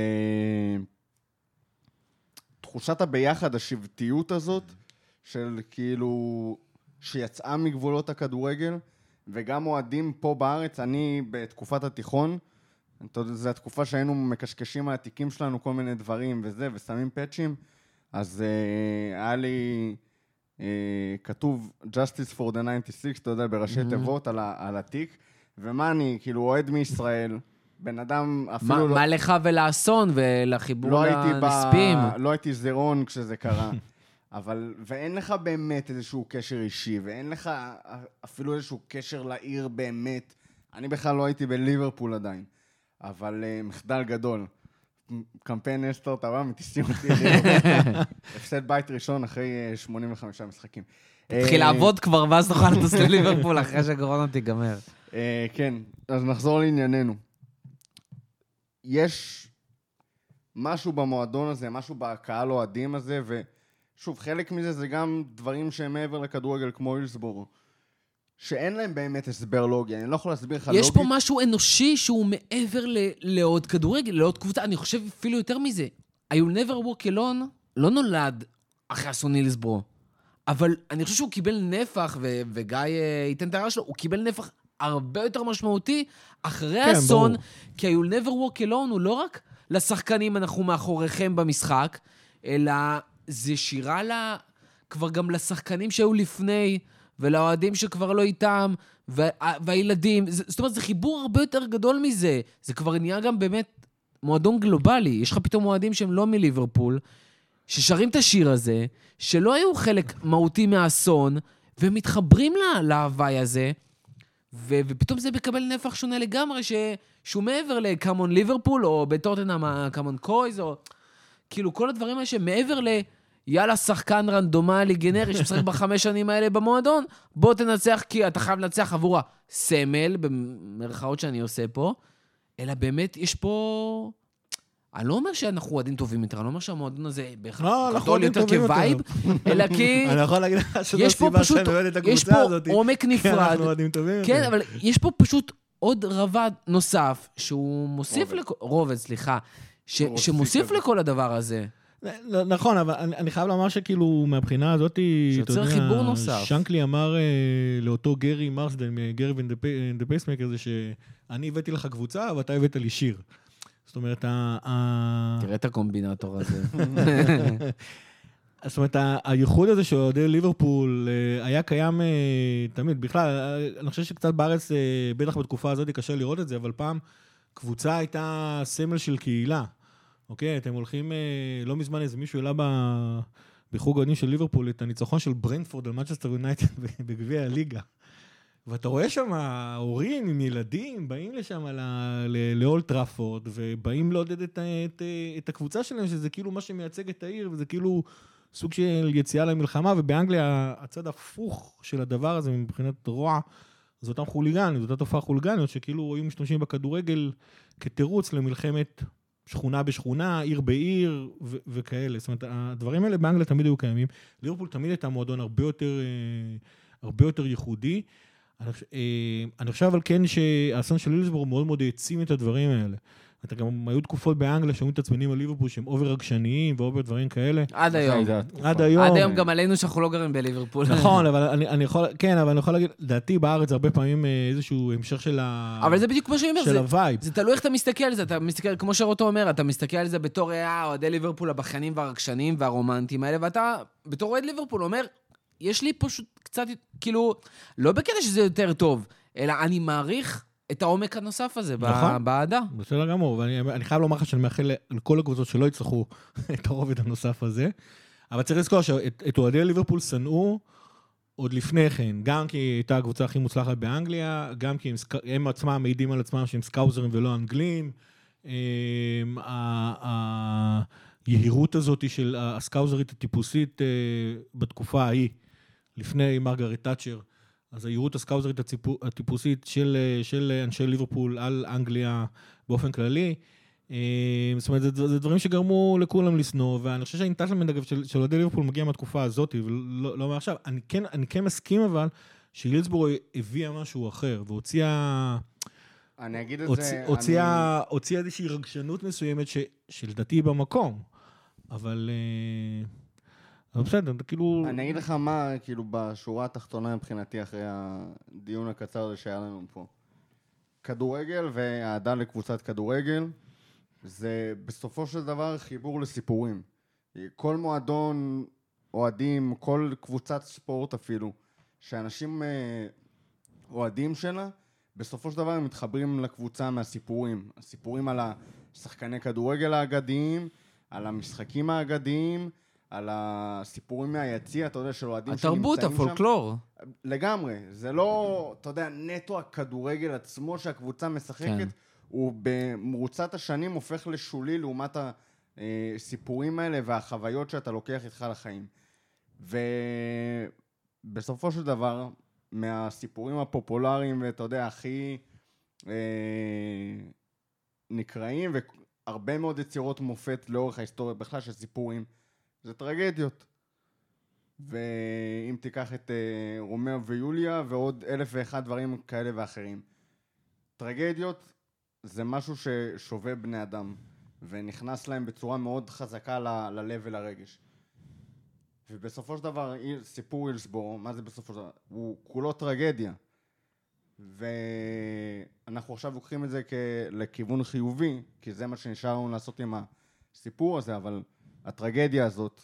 תחושת הביחד, השבטיות הזאת, של כאילו, שיצאה מגבולות הכדורגל, וגם אוהדים פה בארץ, אני בתקופת התיכון, זו התקופה שהיינו מקשקשים על התיקים שלנו, כל מיני דברים וזה, ושמים פאצ'ים, אז uh, היה לי uh, כתוב Justice for the תשעים ושש, אתה יודע, בראשי mm-hmm. תיבות על, על התיק, ומה אני, כאילו, אוהד מישראל, בן אדם אפילו מה, לא... מה לך ולאסון ולחיבור לא לנספים? ב... לא הייתי זירון כשזה קרה, אבל... ואין לך באמת איזשהו קשר אישי, ואין לך אפילו איזשהו קשר לעיר באמת. אני בכלל לא הייתי בליברפול עדיין, אבל uh, מחדל גדול. קמפיין אסטר, אתה רואה, מתיסים אותי ליברפול. הפסד בית ראשון אחרי uh, שמונים וחמישה משחקים. תתחיל לעבוד כבר, ואז תוכל לטוס לליברפול אחרי שהקורונה תיגמר. כן, אז נחזור לענייננו. יש משהו במועדון הזה, משהו בקהל אוהדים הזה, ושוב, חלק מזה זה גם דברים שהם מעבר לכדורגל כמו הילסבורו, שאין להם באמת הסבר לוגי, אני לא יכול להסביר לך לוגית. יש פה משהו אנושי שהוא מעבר לעוד כדורגל, לעוד קבוצה, אני חושב אפילו יותר מזה. I will never walk alone לא נולד אחרי אסון הילסבורו, אבל אני חושב שהוא קיבל נפח, ו- וגיא ייתן את הערה שלו, הוא קיבל נפח הרבה יותר משמעותי אחרי כן, האסון, ברור. כי I will never walk alone הוא לא רק לשחקנים אנחנו מאחוריכם במשחק, אלא זה שירה לה, כבר גם לשחקנים שהיו לפני, ולאוהדים שכבר לא איתם, וה, והילדים, זה, זאת אומרת, זה חיבור הרבה יותר גדול מזה, זה כבר נהיה גם באמת מועדון גלובלי, יש לך פתאום מועדים שהם לא מליברפול, ששרים את השיר הזה, שלא היו חלק מהותי מהאסון, ומתחברים לה, להוואי הזה, ו- ופתאום זה מקבל נפח שונה לגמרי, ש- שהוא מעבר לקאמון ליברפול, או בטוטנהאם קאמון קויז, או כאילו כל הדברים האלה שמעבר ל... יאללה, שחקן רנדומלי גנרי שמשחק בחמש שנים האלה במועדון, בוא תנצח, כי אתה חייב לנצח עבור הסמל, במרכאות שאני עושה פה, אלא באמת יש פה... אני לא אומר שאנחנו אוהדים טובים יותר, אני לא אומר שהמועדון הזה לא, אנחנו גדול יותר כווייב, אלא כי... אני יכול להגיד לך שזו סיבה שאני אוהד את הקבוצה הזאת. יש פה עומק נפרד. כי אנחנו אוהדים טובים יותר. כן, אבל יש פה פשוט עוד רבד נוסף, שהוא מוסיף לכל... רובד, סליחה. שמוסיף לכל הדבר הזה. נכון, אבל אני חייב לומר שכאילו מהבחינה הזאת, שיוצר חיבור נוסף. שנקלי אמר לאותו גרי מרסדן, גרי ודה פייסמקר, זה שאני הבאתי לך קבוצה, ואתה הבאת לי שיר. זאת אומרת, תראה את הקומבינטור הזה. זאת אומרת, הייחוד הזה של אוהדי ליברפול היה קיים תמיד. בכלל, אני חושב שקצת בארץ, בטח בתקופה הזאת קשה לראות את זה, אבל פעם קבוצה הייתה סמל של קהילה. אוקיי, אתם הולכים, לא מזמן איזה מישהו העלה בחוג האוהדים של ליברפול את הניצחון של ברנטפורד על מנצ'סטר יונייטד בגביע הליגה. ואתה רואה שם הורים עם ילדים, באים לשם לאולד טראפורד, ובאים לעודד את, את, את הקבוצה שלהם, שזה כאילו מה שמייצג את העיר, וזה כאילו סוג של יציאה למלחמה, ובאנגליה הצד הפוך של הדבר הזה, מבחינת רוע, זה אותם חוליגנים, זאת אותה תופעה חוליגניות, שכאילו היו משתמשים בכדורגל כתירוץ למלחמת שכונה בשכונה, עיר בעיר, ו- וכאלה. זאת אומרת, הדברים האלה באנגליה תמיד היו קיימים. ליברפול תמיד הייתה מועדון הרבה יותר, הרבה יותר ייחודי. אני חושב אבל כן שהאסון של הילסבורג מאוד מאוד העצים את הדברים האלה. אתה גם היו תקופות באנגליה שהיו מתעצבנים על ליברפול שהם אובר רגשניים ואובר דברים כאלה. עד היום. עד היום. עד היום גם עלינו שאנחנו לא גרים בליברפול. נכון, אבל אני יכול, כן, אבל אני יכול להגיד, דעתי בארץ הרבה פעמים איזשהו המשך של ה... אבל זה בדיוק כמו שאני אומר, של הווייב. זה תלוי איך אתה מסתכל על זה, אתה מסתכל, כמו שרוטו אומר, אתה מסתכל על זה בתור אוהדי ליברפול, הבחיינים והרגשנים והרומנטיים האלה, ואתה בתור אוהד ליברפול אומר, יש לי פשוט קצת, כאילו, לא בקטע שזה יותר טוב, אלא אני מעריך את העומק הנוסף הזה בעדה. בסדר גמור, ואני חייב לומר לך שאני מאחל לכל הקבוצות שלא יצטרכו את הרובד הנוסף הזה, אבל צריך לזכור שאת אוהדי ליברפול שנאו עוד לפני כן, גם כי הייתה הקבוצה הכי מוצלחת באנגליה, גם כי הם עצמם מעידים על עצמם שהם סקאוזרים ולא אנגלים, היהירות הזאת של הסקאוזרית הטיפוסית בתקופה ההיא, לפני מרגרט תאצ'ר, אז היהירות הסקאוזרית הטיפוסית של, של אנשי ליברפול על אנגליה באופן כללי, זאת אומרת, זה, זה דברים שגרמו לכולם לסנוע, ואני חושב שהאינטאצ'מנט, אגב, של, של אוהדי ליברפול מגיע מהתקופה הזאת, ולא לא מעכשיו. אני כן, אני כן מסכים אבל, שהילסבורג הביאה משהו אחר, והוציאה... אני אגיד את הוציא, זה... הוציאה, אני... הוציאה איזושהי רגשנות מסוימת, ש, שלדעתי היא במקום, אבל... אבל בסדר, כאילו... אני אגיד לך מה, כאילו, בשורה התחתונה מבחינתי, אחרי הדיון הקצר הזה שהיה לנו פה. כדורגל והעדה לקבוצת כדורגל, זה בסופו של דבר חיבור לסיפורים. כל מועדון, אוהדים, כל קבוצת ספורט אפילו, שאנשים אוהדים שלה, בסופו של דבר הם מתחברים לקבוצה מהסיפורים. הסיפורים על השחקני כדורגל האגדיים, על המשחקים האגדיים, על הסיפורים מהיציע, אתה יודע, של אוהדים שנמצאים שם. התרבות, הפולקלור. לגמרי. זה לא, אתה יודע, נטו הכדורגל עצמו שהקבוצה משחקת, כן. הוא במרוצת השנים הופך לשולי לעומת הסיפורים האלה והחוויות שאתה לוקח איתך לחיים. ובסופו של דבר, מהסיפורים הפופולריים, ואתה יודע, הכי אה, נקראים, והרבה מאוד יצירות מופת לאורך ההיסטוריה, בכלל של סיפורים, זה טרגדיות. ואם תיקח את uh, רומאו ויוליה ועוד אלף ואחד דברים כאלה ואחרים. טרגדיות זה משהו ששווה בני אדם, ונכנס להם בצורה מאוד חזקה ל- ללב ולרגש. ובסופו של דבר, סיפור הילסבורג, מה זה בסופו של דבר? הוא כולו טרגדיה. ואנחנו עכשיו לוקחים את זה כ- לכיוון חיובי, כי זה מה שנשאר לנו לעשות עם הסיפור הזה, אבל הטרגדיה הזאת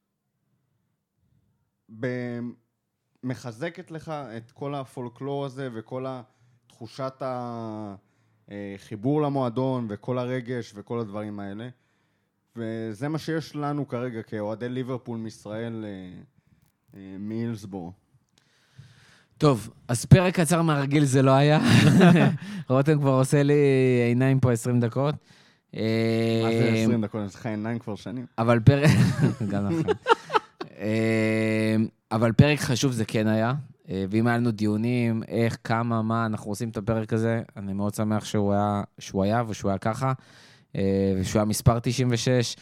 מחזקת לך את כל הפולקלור הזה וכל תחושת החיבור למועדון וכל הרגש וכל הדברים האלה. וזה מה שיש לנו כרגע כאוהדי ליברפול מישראל מהילסבורג. טוב, אז פרק קצר מהרגיל זה לא היה. רותם כבר עושה לי עיניים פה עשרים דקות. מה זה עשרים דקות? אני צריך עיניים כבר שנים. אבל פרק... גם נכון. אבל פרק חשוב זה כן היה, ואם היה לנו דיונים, איך, כמה, מה, אנחנו עושים את הפרק הזה, אני מאוד שמח שהוא היה, שהוא היה ושהוא היה ככה, ושהוא היה מספר תשעים ושש,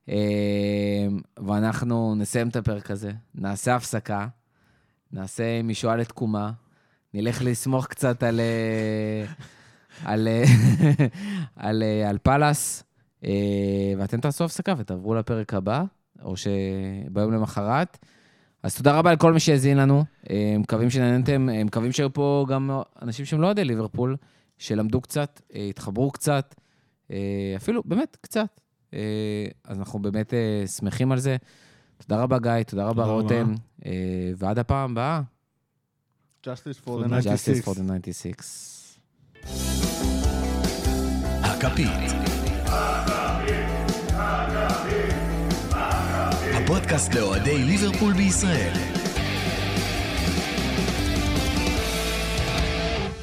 ואנחנו נסיים את הפרק הזה, נעשה הפסקה, נעשה משואה לתקומה, נלך לסמוך קצת על, על, על, על פלס, ואתם תעשו הפסקה ותעברו לפרק הבא, או שביום למחרת. אז תודה רבה לכל מי שהזין לנו, מקווים שנהנתם, מקווים שהיו פה גם אנשים שהם לא יודעים ליברפול, שלמדו קצת, התחברו קצת, אפילו באמת קצת. אז אנחנו באמת שמחים על זה. תודה רבה גיא, תודה רבה רותם, ועד הפעם הבאה. Justice for the Justice for the תשעים ושש. הכפית. הפודקאסט לאוהדי ליברפול בישראל.